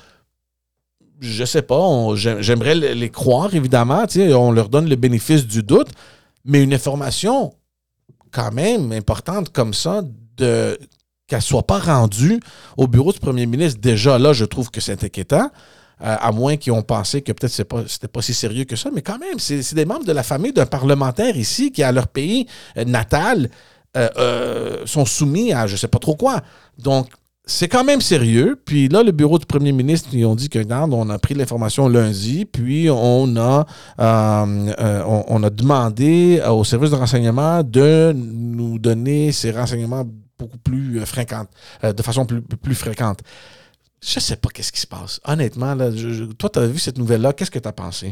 Je sais pas, on, j'aimerais les croire, évidemment. On leur donne le bénéfice du doute. Mais une information quand même importante comme ça, de, qu'elle ne soit pas rendue au bureau du premier ministre, déjà là, je trouve que c'est inquiétant, euh, à moins qu'ils ont pensé que peut-être c'est pas, c'était pas si sérieux que ça, mais quand même, c'est, c'est des membres de la famille d'un parlementaire ici qui, à leur pays euh, natal, euh, euh, sont soumis à je ne sais pas trop quoi. Donc, c'est quand même sérieux. Puis là, le bureau du premier ministre, ils ont dit que, regarde, on a pris l'information lundi, puis on a, euh, euh, on, on a demandé au service de renseignement de nous donner ces renseignements beaucoup plus euh, fréquentes, euh, de façon plus, plus fréquente. Je sais pas qu'est-ce qui se passe. Honnêtement, là, je, je, toi, tu as vu cette nouvelle-là, qu'est-ce que tu as pensé?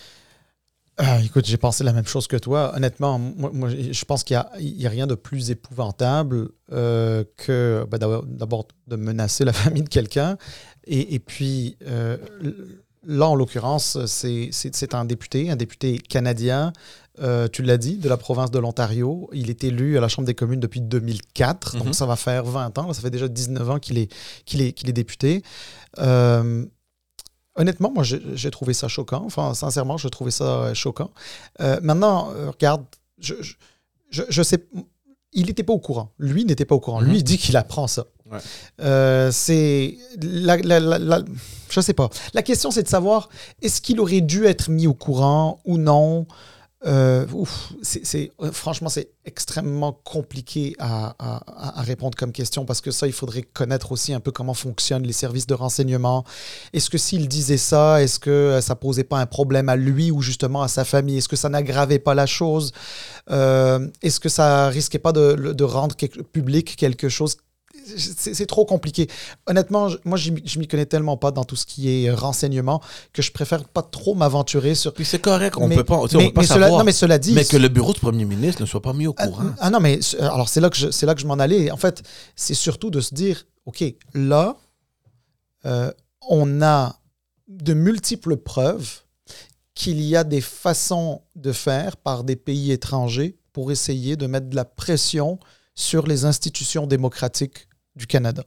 Euh, écoute, j'ai pensé la même chose que toi. Honnêtement, moi, moi je pense qu'il n'y a, a rien de plus épouvantable euh, que ben, d'abord, d'abord de menacer la famille de quelqu'un. Et, et puis, euh, là, en l'occurrence, c'est, c'est, c'est un député, un député canadien, euh, tu l'as dit, de la province de l'Ontario. Il est élu à la Chambre des communes depuis deux mille quatre, mm-hmm. donc ça va faire vingt ans. Là, ça fait déjà dix-neuf ans qu'il est, qu'il est, qu'il est député. Euh, Honnêtement, moi, j'ai, j'ai trouvé ça choquant. Enfin, sincèrement, j'ai trouvé ça choquant. Euh, maintenant, euh, regarde, je, je, je, je sais... Il n'était pas au courant. Lui n'était pas au courant. Mm-hmm. Lui, il dit qu'il apprend ça. Ouais. Euh, c'est... La, la, la, la, je sais pas. La question, c'est de savoir, est-ce qu'il aurait dû être mis au courant ou non? Euh, ouf, c'est, c'est, franchement, c'est extrêmement compliqué à, à, à répondre comme question parce que ça, il faudrait connaître aussi un peu comment fonctionnent les services de renseignement. Est-ce que s'il disait ça, est-ce que ça posait pas un problème à lui ou justement à sa famille? Est-ce que ça n'aggravait pas la chose? Euh, est-ce que ça risquait pas de, de rendre quelque, public quelque chose? C'est, c'est trop compliqué. Honnêtement, je, moi, je ne m'y connais tellement pas dans tout ce qui est renseignement que je préfère pas trop m'aventurer sur... Puis c'est correct, on mais, peut pas, on mais, peut pas mais savoir. Cela, non, mais cela dit... Mais que le bureau du premier ministre ne soit pas mis au courant. Ah, ah non, mais alors c'est là que je, c'est là que je m'en allais. En fait, c'est surtout de se dire, OK, là, euh, on a de multiples preuves qu'il y a des façons de faire par des pays étrangers pour essayer de mettre de la pression sur les institutions démocratiques du Canada.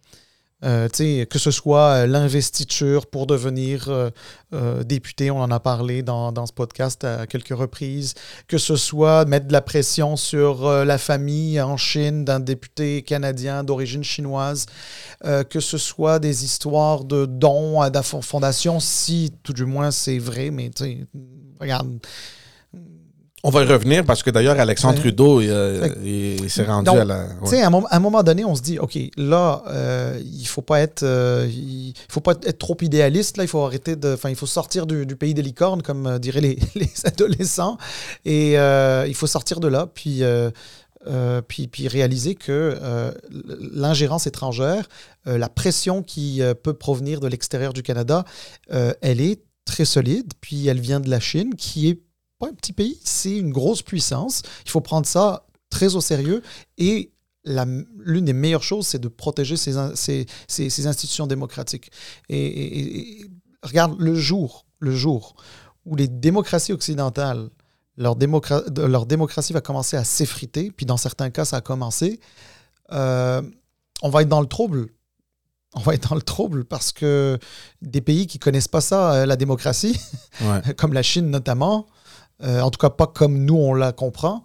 Euh, que ce soit l'investiture pour devenir euh, euh, député, on en a parlé dans, dans ce podcast à quelques reprises, que ce soit mettre de la pression sur euh, la famille en Chine d'un député canadien d'origine chinoise, euh, que ce soit des histoires de dons à la fondation, si tout du moins c'est vrai, mais tu sais, regarde... On va y revenir parce que d'ailleurs, Alexandre Trudeau, il, il, il s'est rendu donc, à la... Ouais. À, un, à un moment donné, on se dit, OK, là, euh, il ne faut pas être euh, il faut pas être trop idéaliste. Là, il faut arrêter de... Enfin, il faut sortir du, du pays des licornes, comme euh, diraient les, les adolescents. Et euh, il faut sortir de là. Puis, euh, euh, puis, puis réaliser que euh, l'ingérence étrangère, euh, la pression qui euh, peut provenir de l'extérieur du Canada, euh, elle est très solide, puis elle vient de la Chine, qui est pas un petit pays, c'est une grosse puissance. Il faut prendre ça très au sérieux et La, l'une des meilleures choses, c'est de protéger ces, ces, ces, ces institutions démocratiques. Et, et, et regarde, le jour, le jour où les démocraties occidentales, leur, démocra- leur démocratie va commencer à s'effriter, puis dans certains cas, ça a commencé, euh, on va être dans le trouble. On va être dans le trouble parce que des pays qui ne connaissent pas ça, la démocratie, ouais. comme la Chine notamment, euh, en tout cas pas comme nous, on la comprend,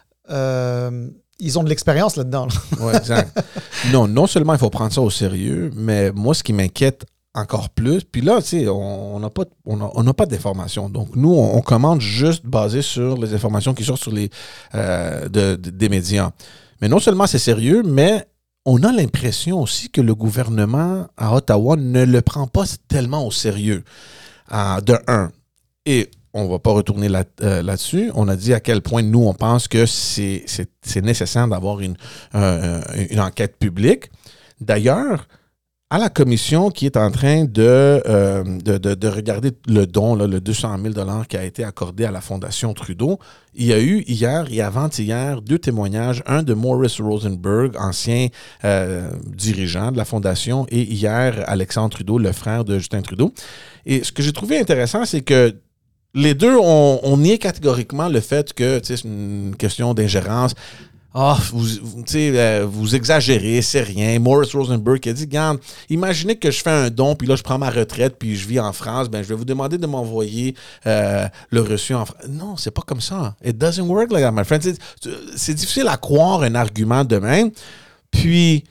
euh, ils ont de l'expérience là-dedans. Là. Oui, exact. Non, non seulement il faut prendre ça au sérieux, mais moi, ce qui m'inquiète encore plus, puis là, tu sais, on n'a pas, on a, on n'a pas d'informations. Donc, nous, on, on commande juste basé sur les informations qui sortent sur les, euh, de, de, des médias. Mais non seulement c'est sérieux, mais on a l'impression aussi que le gouvernement à Ottawa ne le prend pas tellement au sérieux, euh, de un. Et on ne va pas retourner là, euh, là-dessus. On a dit à quel point nous, on pense que c'est, c'est, c'est nécessaire d'avoir une, euh, une enquête publique. D'ailleurs, à la commission qui est en train de, euh, de, de, de regarder le don, là, le deux cent mille dollars qui a été accordé à la Fondation Trudeau, il y a eu hier et avant-hier deux témoignages, un de Morris Rosenberg, ancien euh, dirigeant de la Fondation, et hier, Alexandre Trudeau, le frère de Justin Trudeau. Et ce que j'ai trouvé intéressant, c'est que les deux, on, on nie catégoriquement le fait que c'est une question d'ingérence. Ah, oh, vous, vous, euh, vous exagérez, c'est rien. Morris Rosenberg qui a dit, regarde, imaginez que je fais un don, puis là, je prends ma retraite, puis je vis en France, ben je vais vous demander de m'envoyer euh, le reçu en France. Non, c'est pas comme ça. It doesn't work like that, my friend. C'est, c'est difficile à croire un argument de même. Puis,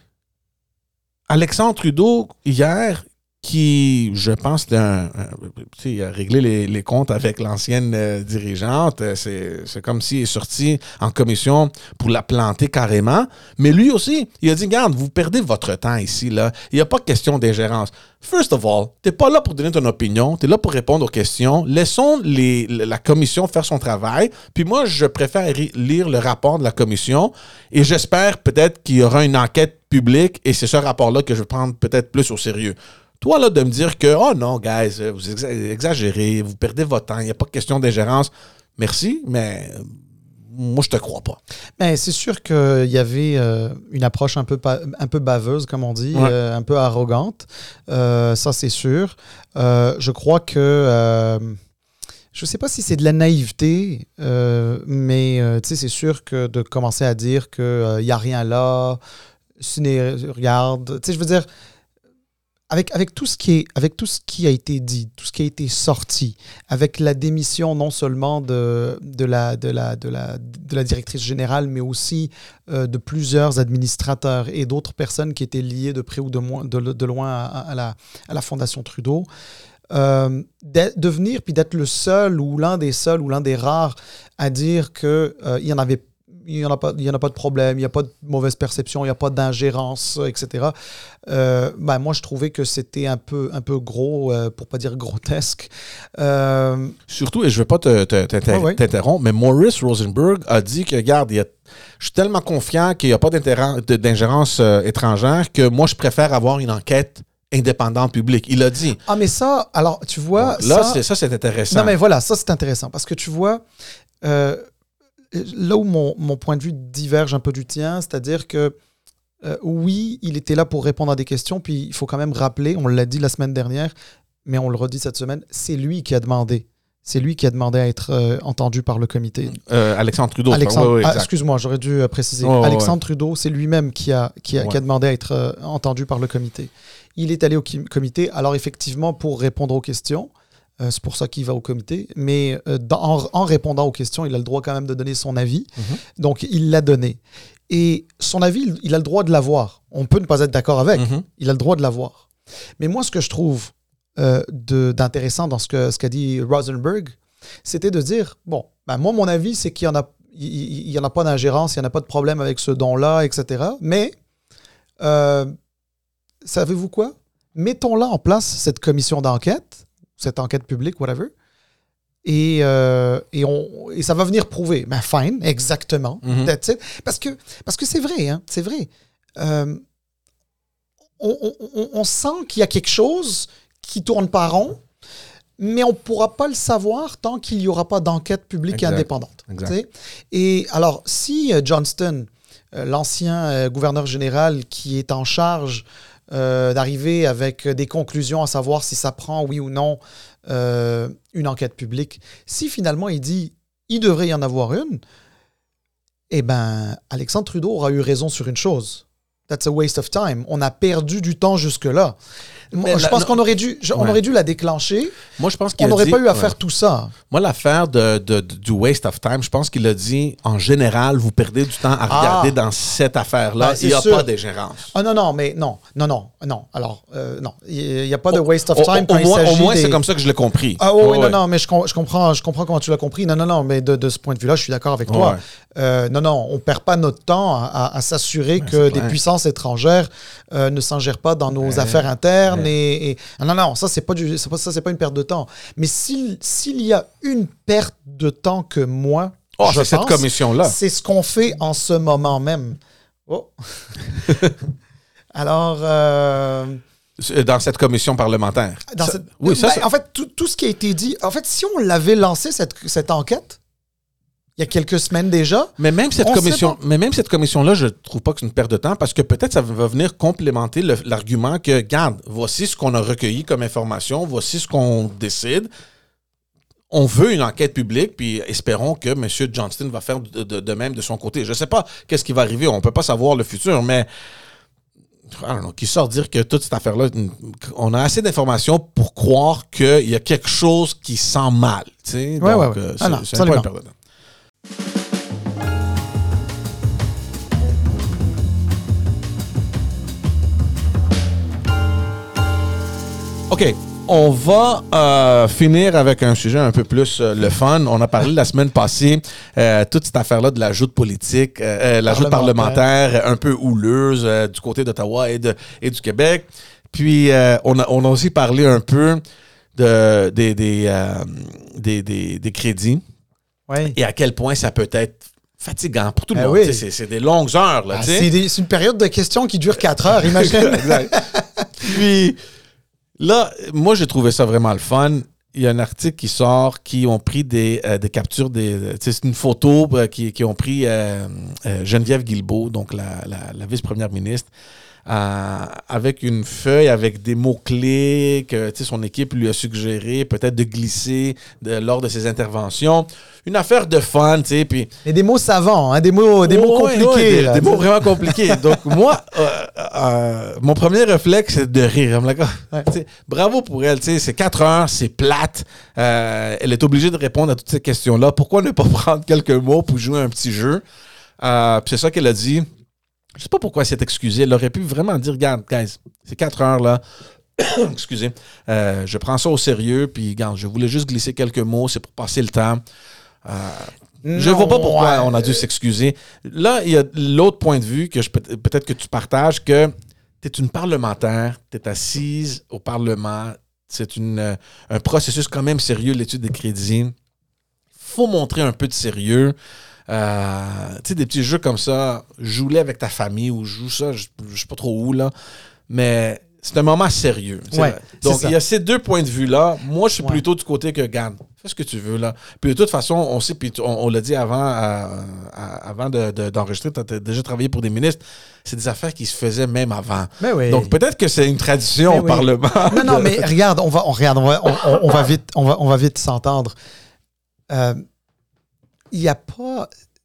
Alexandre Trudeau, hier, qui, je pense, un, un, il a réglé les, les comptes avec l'ancienne euh, dirigeante. C'est, c'est comme s'il est sorti en commission pour la planter carrément. Mais lui aussi, il a dit, regarde, vous perdez votre temps ici, là. Il n'y a pas de question d'ingérence. First of all, tu n'es pas là pour donner ton opinion, tu es là pour répondre aux questions. Laissons les, la commission faire son travail. Puis moi, je préfère lire le rapport de la commission et j'espère peut-être qu'il y aura une enquête publique et c'est ce rapport-là que je vais prendre peut-être plus au sérieux. Toi, là, de me dire que, oh non, guys, vous exagérez, vous perdez votre temps, il n'y a pas de question d'ingérence. Merci, mais moi, je te crois pas. Ben, c'est sûr qu'il y avait euh, une approche un peu, pa- un peu baveuse, comme on dit, ouais. euh, un peu arrogante. Euh, ça, c'est sûr. Euh, je crois que... Euh, je ne sais pas si c'est de la naïveté, euh, mais euh, c'est sûr que de commencer à dire qu'il n'y euh, a rien là, ciné, regarde, je veux dire... Avec, avec, tout ce qui est, avec tout ce qui a été dit, tout ce qui a été sorti, avec la démission non seulement de, de, la, de, la, de, la, de la directrice générale, mais aussi euh, de plusieurs administrateurs et d'autres personnes qui étaient liées de près ou de, moins, de, de loin à, à, la, à la Fondation Trudeau, euh, de venir puis d'être le seul ou l'un des seuls ou l'un des rares à dire qu'il euh, y en avait il n'y en a pas, il y en a pas de problème, il n'y a pas de mauvaise perception, il n'y a pas d'ingérence, et cetera. Euh, ben moi, je trouvais que c'était un peu, un peu gros, euh, pour ne pas dire grotesque. Euh... Surtout, et je ne veux pas te, te, t'inter- oh, oui. t'interrompre, mais Morris Rosenberg a dit que, regarde, il y a, je suis tellement confiant qu'il n'y a pas d'ingérence euh, étrangère que moi, je préfère avoir une enquête indépendante publique. Il a dit. Ah, mais ça, alors, tu vois... Bon, là, ça, c'est, ça, c'est intéressant. Non, mais voilà, ça, c'est intéressant, parce que tu vois... Euh, là où mon, mon point de vue diverge un peu du tien, c'est-à-dire que euh, oui, il était là pour répondre à des questions, puis il faut quand même rappeler, on l'a dit la semaine dernière, mais on le redit cette semaine, c'est lui qui a demandé. C'est lui qui a demandé à être euh, entendu par le comité. Euh, Alexandre Trudeau. Alexandre, oui, oui, ah, excuse-moi, j'aurais dû euh, préciser. Oh, Alexandre ouais. Trudeau, c'est lui-même qui a, qui a, ouais. qui a demandé à être euh, entendu par le comité. Il est allé au comité, alors effectivement, pour répondre aux questions. Euh, c'est pour ça qu'il va au comité. Mais euh, dans, en, en répondant aux questions, il a le droit quand même de donner son avis. Mm-hmm. Donc, il l'a donné. Et son avis, il, il a le droit de l'avoir. On peut ne pas être d'accord avec. Mm-hmm. Il a le droit de l'avoir. Mais moi, ce que je trouve euh, de, d'intéressant dans ce, que, ce qu'a dit Rosenberg, c'était de dire, bon, ben moi, mon avis, c'est qu'il n'y en a, il, il y en a pas d'ingérence, il n'y en a pas de problème avec ce don-là, et cetera. Mais, euh, savez-vous quoi? Mettons là en place cette commission d'enquête, cette enquête publique, whatever, et, euh, et, on, et ça va venir prouver. Ben, fine, exactement. Mm-hmm. That's it. Parce que, parce que c'est vrai, hein, c'est vrai. Euh, on, on, on sent qu'il y a quelque chose qui tourne pas rond, mais on ne pourra pas le savoir tant qu'il n'y aura pas d'enquête publique Exact. et indépendante. Exact. Et alors, si euh, Johnston, euh, l'ancien euh, gouverneur général qui est en charge euh, d'arriver avec des conclusions à savoir si ça prend, oui ou non, euh, une enquête publique, si finalement il dit il devrait y en avoir une, eh bien, Alexandre Trudeau aura eu raison sur une chose. That's a waste of time. On a perdu du temps jusque-là. Moi, je la, pense non, qu'on aurait dû, je, ouais. on aurait dû la déclencher. Moi, je pense qu'il on n'aurait pas eu à ouais. faire tout ça. Moi, l'affaire de, de, de, du waste of time, je pense qu'il a dit, en général, vous perdez du temps à regarder ah. dans cette affaire-là. Ben, il n'y a sûr. pas d'ingérence. Ah non, non, mais non, non, non, non. Alors, euh, non, il n'y a pas de waste of au, time au, quand au il moins, s'agit Au moins, des... c'est comme ça que je l'ai compris. Ah oui, oh, oui ouais. non, non, mais je, je, comprends, je comprends comment tu l'as compris. Non, non, non, mais de, de ce point de vue-là, je suis d'accord avec toi. Ouais. Euh, non, non, on ne perd pas notre temps à, à, à s'assurer ben, que des puissances étrangères euh, ne s'ingèrent pas dans nos ouais. affaires internes. Ouais. Et, et... Non, non, ça, c'est pas du, c'est pas, ça, c'est pas une perte de temps. Mais s'il, s'il y a une perte de temps que moi, oh, je c'est pense, cette commission-là. C'est ce qu'on fait en ce moment même. Oh. Alors... Euh... Dans cette commission parlementaire. Dans ça, cette... Oui, ça, ben, ça... En fait, tout, tout ce qui a été dit... En fait, si on l'avait lancé, cette, cette enquête, il y a quelques semaines déjà... Mais même cette commission, mais même cette commission-là, je ne trouve pas que c'est une perte de temps parce que peut-être ça va venir complémenter le, l'argument que, regarde, voici ce qu'on a recueilli comme information, voici ce qu'on décide. On veut une enquête publique, puis espérons que M. Johnston va faire de, de, de même de son côté. Je ne sais pas qu'est-ce qui va arriver, on ne peut pas savoir le futur, mais... I don't know, qui sort dire que toute cette affaire-là, on a assez d'informations pour croire qu'il y a quelque chose qui sent mal. Tu sais? Ouais, Donc, ouais, ouais. Euh, c'est, ah non, c'est pas une perte de temps. OK. On va euh, finir avec un sujet un peu plus euh, le fun. On a parlé la semaine passée, euh, toute cette affaire-là de la joute politique, euh, la joute parlementaire un peu houleuse euh, du côté d'Ottawa et, de, et du Québec. Puis, euh, on, a, on a aussi parlé un peu de, des, des, euh, des, des, des crédits oui. et à quel point ça peut être fatigant pour tout le ben monde. Oui. C'est, c'est des longues heures. Là, ah, c'est, des, c'est une période de questions qui dure quatre heures, imagine. Exact. Puis... Là, moi, j'ai trouvé ça vraiment le fun. Il y a un article qui sort qui ont pris des, euh, des captures, des, c'est une photo euh, qui, qui ont pris euh, euh, Geneviève Guilbeault, donc la, la, la vice-première ministre, euh, avec une feuille avec des mots-clés que son équipe lui a suggéré peut-être de glisser de, lors de ses interventions. Une affaire de fun, tu sais. Puis... Et des mots savants, hein, des mots, des oh, mots ouais, compliqués. Ouais, des, là, des mots vraiment compliqués. Donc, moi, euh, euh, mon premier réflexe, c'est de rire. Ouais. Bravo pour elle, tu sais. C'est quatre heures, c'est plate. Euh, elle est obligée de répondre à toutes ces questions-là. Pourquoi ne pas prendre quelques mots pour jouer un petit jeu? Euh, puis c'est ça qu'elle a dit. Je sais pas pourquoi elle s'est excusée. Elle aurait pu vraiment dire, regarde, guys, c'est quatre heures, là. Excusez. Euh, je prends ça au sérieux, puis, regarde, je voulais juste glisser quelques mots. C'est pour passer le temps. Euh, je ne vois pas pourquoi ouais. on a dû s'excuser. Là, il y a l'autre point de vue que je peut- peut-être que tu partages, que tu es une parlementaire, tu es assise au Parlement, c'est une, un processus quand même sérieux, l'étude des crédits. Il faut montrer un peu de sérieux. Euh, tu sais, des petits jeux comme ça, joue-les avec ta famille ou joue ça, je ne sais pas trop où, là, mais c'est un moment sérieux. Ouais, donc, il y a ces deux points de vue-là. Moi, je suis ouais. plutôt du côté que, garde, fais ce que tu veux, là. Puis de toute façon, on sait, puis on, on l'a dit avant, euh, avant de, de, d'enregistrer, tu as déjà travaillé pour des ministres, c'est des affaires qui se faisaient même avant. Mais oui. Donc, peut-être que c'est une tradition mais au oui. Parlement. Non, non, mais regarde, on va, on, regarde, on, va, on, on, on va vite, on va, on va vite s'entendre. Il euh, n'y a pas...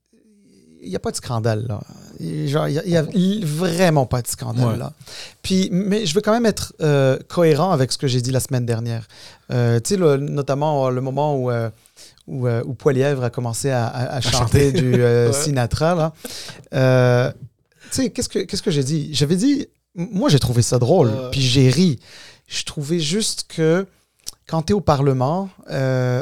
Il n'y a pas de scandale, là. Genre, il n'y a, a vraiment pas de scandale, ouais. là. Puis, mais je veux quand même être euh, cohérent avec ce que j'ai dit la semaine dernière. Euh, tu sais, le, notamment le moment où, euh, où, euh, où Poilièvre a commencé à, à, à, à chanter, chanter du euh, ouais. Sinatra, là. Euh, tu sais, qu'est-ce que, qu'est-ce que j'ai dit? J'avais dit, moi, j'ai trouvé ça drôle, euh... puis j'ai ri. Je trouvais juste que quand tu es au Parlement, euh,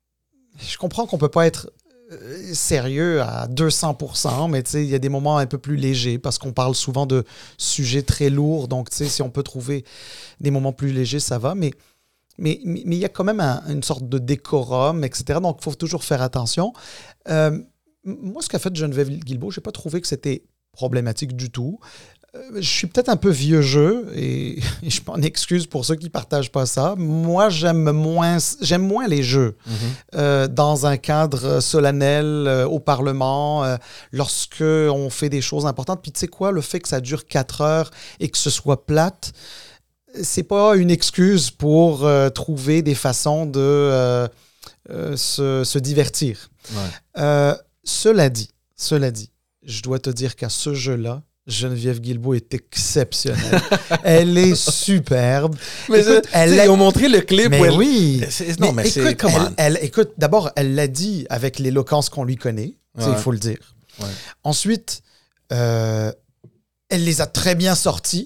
je comprends qu'on ne peut pas être sérieux à deux cents pour cent, mais il y a des moments un peu plus légers parce qu'on parle souvent de sujets très lourds. Donc, si on peut trouver des moments plus légers, ça va. Mais mais mais mais il y a quand même un- une sorte de décorum, et cetera. Donc, il faut toujours faire attention. Euh, moi, ce qu'a fait Geneviève Guilbeault, je n'ai pas trouvé que c'était problématique du tout. Euh, je suis peut-être un peu vieux jeu et, et je m'en excuse pour ceux qui ne partagent pas ça. Moi, j'aime moins, j'aime moins les jeux Mhm. euh, dans un cadre solennel euh, au Parlement, euh, lorsque on fait des choses importantes. Puis tu sais quoi, le fait que ça dure quatre heures et que ce soit plate, c'est pas une excuse pour euh, trouver des façons de euh, euh, se, se divertir. Ouais. Euh, cela dit, cela dit, je dois te dire qu'à ce jeu-là, Geneviève Guilbeault est exceptionnelle. Elle est superbe. Mais Écoute, elle elle ils a- ont montré le clip. Mais où elle- oui. C'est- Non, mais, c'est... écoute, Come on. elle, elle- écoute, d'abord, elle l'a dit avec l'éloquence qu'on lui connaît. Tu sais, Ouais. il faut le dire. Ouais. Ensuite, euh, elle les a très bien sortis.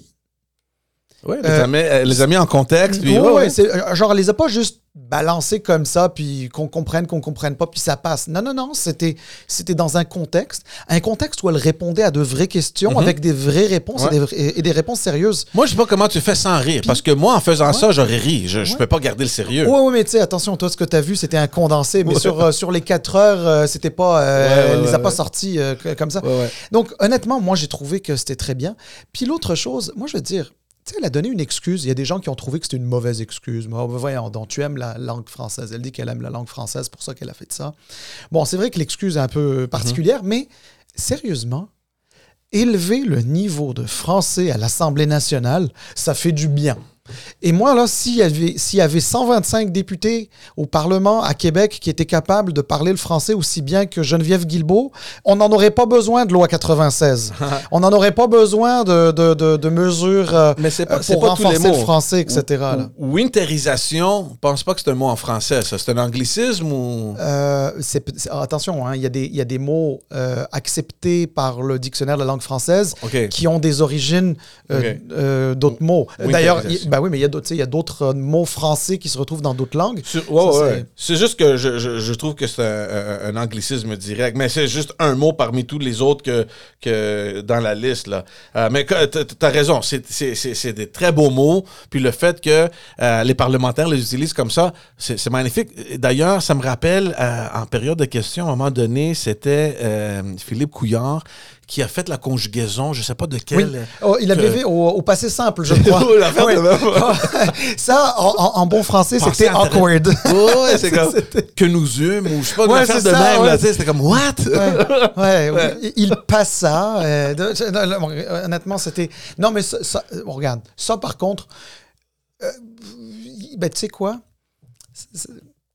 Ouais, elle, Euh, les a mis, elle les a mis en contexte. Puis, Ouais, ouais, ouais, ouais. c'est, euh, genre, elle les a pas juste balancés comme ça, puis qu'on comprenne, qu'on comprenne pas, puis ça passe. Non, non, non, c'était, c'était dans un contexte, un contexte où elle répondait à de vraies questions Mhm. avec des vraies réponses Ouais. et, des, vra- et- et des réponses sérieuses. Moi, je sais pas comment tu fais sans rire. Parce que moi, en faisant Ouais. ça, j'aurais ri. Je, je Ouais. peux pas garder le sérieux. Oui, oui, mais tu sais, attention, toi, ce que tu as vu, c'était un condensé, mais Ouais. sur, euh, sur les quatre heures, euh, c'était pas, euh, Ouais, ouais, elle les a ouais, pas ouais. sortis euh, que- comme ça. Ouais, ouais. Donc, honnêtement, moi, j'ai trouvé que c'était très bien. Puis l'autre chose, moi, je veux dire, tu sais, elle a donné une excuse. Il y a des gens qui ont trouvé que c'était une mauvaise excuse. Mais, oh, ben voyons donc, tu aimes la langue française. Elle dit qu'elle aime la langue française, c'est pour ça qu'elle a fait ça. Bon, c'est vrai que l'excuse est un peu particulière, mais sérieusement, élever le niveau de français à l'Assemblée nationale, ça fait du bien. Et moi, là, s'il y avait, s'il y avait cent vingt-cinq députés au Parlement à Québec qui étaient capables de parler le français aussi bien que Geneviève Guilbeault, on n'en aurait pas besoin de loi quatre-vingt-seize. On n'en aurait pas besoin de, de, de, de mesures euh, Mais c'est pas, euh, c'est pour pas tous les renforcer mots. le français, et cetera. là. Ou- Winterisation, je pense pas que c'est un mot en français, ça. C'est un anglicisme ou... Euh, c'est- c'est- attention, hein, il y, a des- il y a des mots euh, acceptés par le dictionnaire de la langue française OK. qui ont des origines euh, Ok. euh, d'autres mots. Oui, D'ailleurs, intéressant. il- ben oui, mais il y a d'autres, tu sais, il y a d'autres euh, mots français qui se retrouvent dans d'autres langues. Sur- ouais, Ça, ouais, c'est- ouais. C'est juste que je, je, je trouve que c'est un, un- un anglicisme direct, mais c'est juste un mot parmi tous les autres que, que dans la liste. Là. Euh, mais que- t'as t'as raison, c'est c'est- c'est- c'est des très beaux mots. Puis le fait que euh, les parlementaires les utilisent comme ça, c'est c'est magnifique. D'ailleurs, ça me rappelle, euh, en période de questions, à un moment donné, c'était euh, Philippe Couillard qui a fait la conjugaison, je sais pas de quel... Oui. Oh, il avait que- fait au, au passé simple, je crois. Oui, l'affaire de même. Ça, en, en- en bon français, Pensez c'était en terre- awkward. Ouais, c'est comme C'était- que nous eûmes, ou je sais pas, une Ouais, affaire c'est de ça, même, ouais. là, tu sais, c'était comme, what? Ouais, ouais, ouais. Il passa. euh, de- je- non, là, bon, honnêtement, c'était. Non, mais ça, ça- bon, regarde, ça par contre, euh, ben, tu sais quoi? C'est- c'est-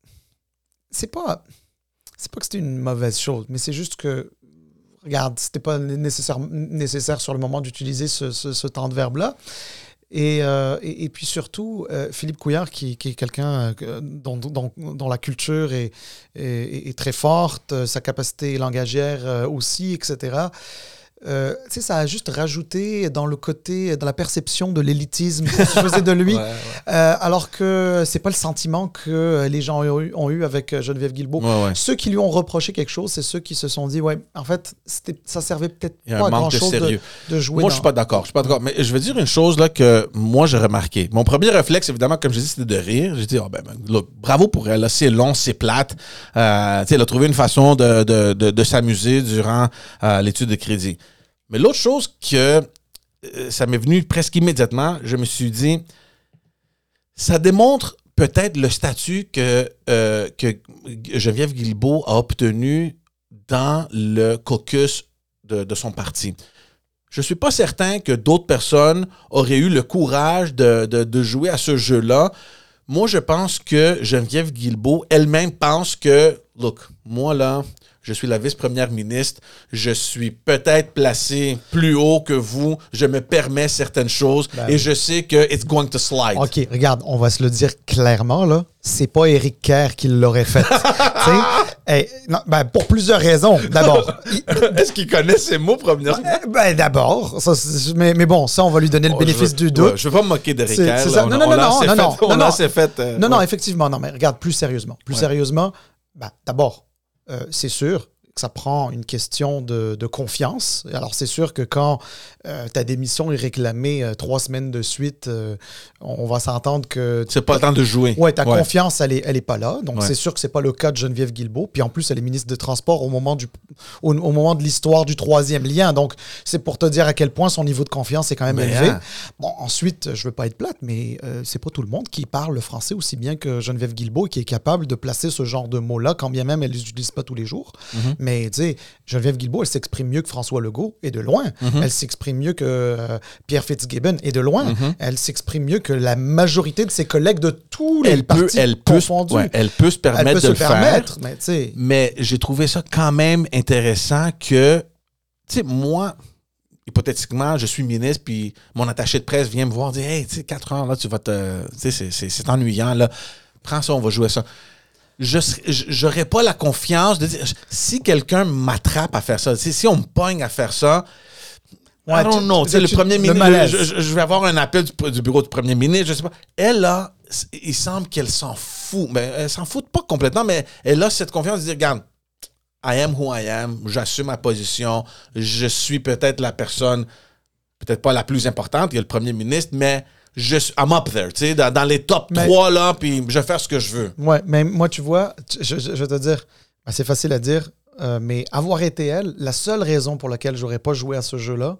C'est pas. C'est pas que c'était une mauvaise chose, mais c'est juste que. Regarde, c'était pas nécessaire, nécessaire sur le moment d'utiliser ce, ce, ce temps de verbe-là. Et, euh, et, et puis surtout, euh, Philippe Couillard, qui, qui est quelqu'un euh, dont, dont, dont la culture est, est, est très forte, euh, sa capacité langagière euh, aussi, et cetera. Euh, tu sais, ça a juste rajouté dans le côté, dans la perception de l'élitisme qu'on se faisait de lui, Ouais, ouais. euh, alors que c'est pas le sentiment que les gens ont eu, ont eu avec Geneviève Guilbeault. Ouais, ouais. Ceux qui lui ont reproché quelque chose, c'est ceux qui se sont dit, ouais, en fait, c'était, ça servait peut-être Il y a pas un à manque de grand-chose de, sérieux. de jouer. Moi, je suis pas d'accord. Je suis pas d'accord. Mais je vais dire une chose là que moi, j'ai remarqué. Mon premier réflexe, évidemment, comme je dis, c'était de rire. J'ai dit, oh, ben, ben, look, bravo pour elle. Là. C'est long, c'est plate. Euh, tu sais, elle a trouvé une façon de, de, de, de s'amuser durant euh, l'étude de crédit. Mais l'autre chose que euh, ça m'est venu presque immédiatement, je me suis dit, ça démontre peut-être le statut que, euh, que Geneviève Guilbeault a obtenu dans le caucus de, de son parti. Je ne suis pas certain que d'autres personnes auraient eu le courage de, de, de jouer à ce jeu-là. Moi, je pense que Geneviève Guilbeault elle-même pense que, look, moi là, je suis la vice-première ministre, je suis peut-être placé plus haut que vous, je me permets certaines choses Ben et oui. je sais que it's going to slide. OK, regarde, on va se le dire clairement, là. C'est pas Éric Kerr qui l'aurait fait. Tu sais, hey, non, ben, pour plusieurs raisons. D'abord, il- Est-ce qu'il connaît ces mots, premièrement? ben, d'abord, ça, c'est- mais, mais bon, ça, on va lui donner le Oh, bénéfice je veux- du doute. ouais, je veux pas me moquer d'Éric C'est- Kerr, c'est là. ça. On Non, a- non, on non, l'a non, assez non, fait- non, On non, l'a non. assez fait. euh, Non, non, ouais. effectivement, non, mais regarde, plus sérieusement. Plus Ouais. sérieusement, ben, d'abord, euh, c'est sûr, que ça prend une question de, de confiance. Alors, c'est sûr que quand euh, ta démission est réclamée euh, trois semaines de suite, euh, on va s'entendre que... C'est pas le temps de jouer. Ouais, ta ouais. confiance, elle est, elle est pas là. Donc, ouais. c'est sûr que c'est pas le cas de Geneviève Guilbeault. Puis, en plus, elle est ministre des Transports au moment, du, au, au moment de l'histoire du troisième lien. Donc, c'est pour te dire à quel point son niveau de confiance est quand même mais élevé. hein. Bon, ensuite, je veux pas être plate, mais euh, c'est pas tout le monde qui parle le français aussi bien que Geneviève Guilbeault et qui est capable de placer ce genre de mots-là, quand bien même elle les utilise pas tous les jours. Mm-hmm. Mais tu sais, Geneviève Guilbeault, elle s'exprime mieux que François Legault, et de loin. Mm-hmm. Elle s'exprime mieux que euh, Pierre Fitzgibbon, et de loin. Mm-hmm. Elle s'exprime mieux que la majorité de ses collègues de tous les elle partis peut, elle confondus. Peut, ouais, elle peut se permettre elle peut de se le le permettre, faire. Mais, t'sais... mais j'ai trouvé ça quand même intéressant que, tu sais, moi... hypothétiquement, je suis ministre, puis mon attaché de presse vient me voir et dire « Hey, tu sais, quatre heures, là, tu vas te... Tu sais, c'est, c'est, c'est ennuyant, là. Prends ça, on va jouer ça. » Je n'aurais pas la confiance de dire... Si quelqu'un m'attrape à faire ça, si on me pogne à faire ça... Ouais, I don't know. Tu sais, le premier ministre... Je, je, je vais avoir un appel du, du bureau du premier ministre, je sais pas. Elle, là, il semble qu'elle s'en fout. Mais elle s'en fout pas complètement, mais elle a cette confiance de dire « Regarde, I am who I am, j'assume ma position, je suis peut-être la personne, peut-être pas la plus importante, il y a le premier ministre, mais je suis, I'm up there, tu sais, dans, dans les top mais, trois, là, puis je vais faire ce que je veux. Ouais, mais moi, tu vois, je, je, je vais te dire, c'est facile à dire, euh, mais avoir été elle, la seule raison pour laquelle j'aurais pas joué à ce jeu-là,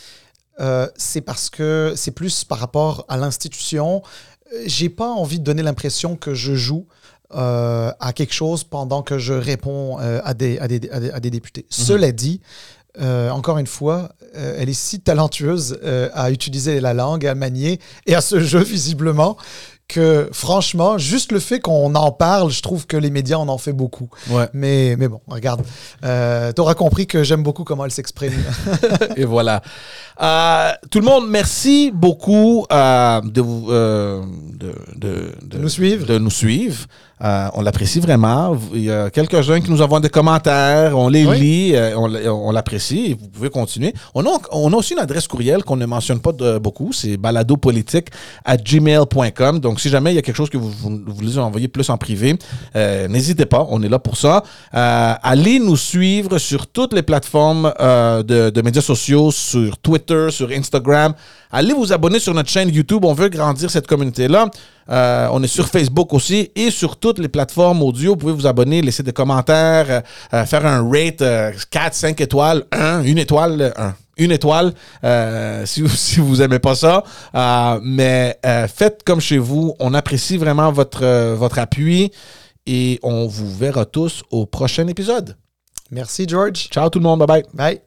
euh, c'est parce que c'est plus par rapport à l'institution. J'ai pas envie de donner l'impression que je joue Euh, à quelque chose pendant que je réponds euh, à, des, à, des, à, des, à des députés. Mm-hmm. Cela dit, euh, encore une fois, euh, elle est si talentueuse euh, à utiliser la langue, à manier et à ce jeu visiblement que franchement, juste le fait qu'on en parle, je trouve que les médias en ont fait beaucoup. Ouais. Mais, mais bon, regarde, euh, tu auras compris que j'aime beaucoup comment elle s'exprime. Et voilà. Euh, tout le monde, merci beaucoup euh, de, vous, euh, de, de, de, de nous suivre. De nous suivre. Euh, on l'apprécie vraiment. Il y a quelques-uns qui nous envoient des commentaires. On les oui. lit. Euh, on, on l'apprécie. Et vous pouvez continuer. On a, on a aussi une adresse courriel qu'on ne mentionne pas de, beaucoup. C'est baladopolitique arobase gmail point com. Donc, si jamais il y a quelque chose que vous, vous, vous voulez envoyer plus en privé, euh, n'hésitez pas. On est là pour ça. Euh, allez nous suivre sur toutes les plateformes euh, de, de médias sociaux, sur Twitter, sur Instagram. Allez vous abonner sur notre chaîne YouTube. On veut grandir cette communauté-là. Euh, on est sur Facebook aussi et sur toutes les plateformes audio. Vous pouvez vous abonner, laisser des commentaires, euh, faire un rate euh, quatre, cinq étoiles, un, une étoile, un. Une étoile, euh, si, si vous aimez pas ça. Euh, mais euh, faites comme chez vous. On apprécie vraiment votre, euh, votre appui et on vous verra tous au prochain épisode. Merci, George. Ciao tout le monde. Bye bye. Bye.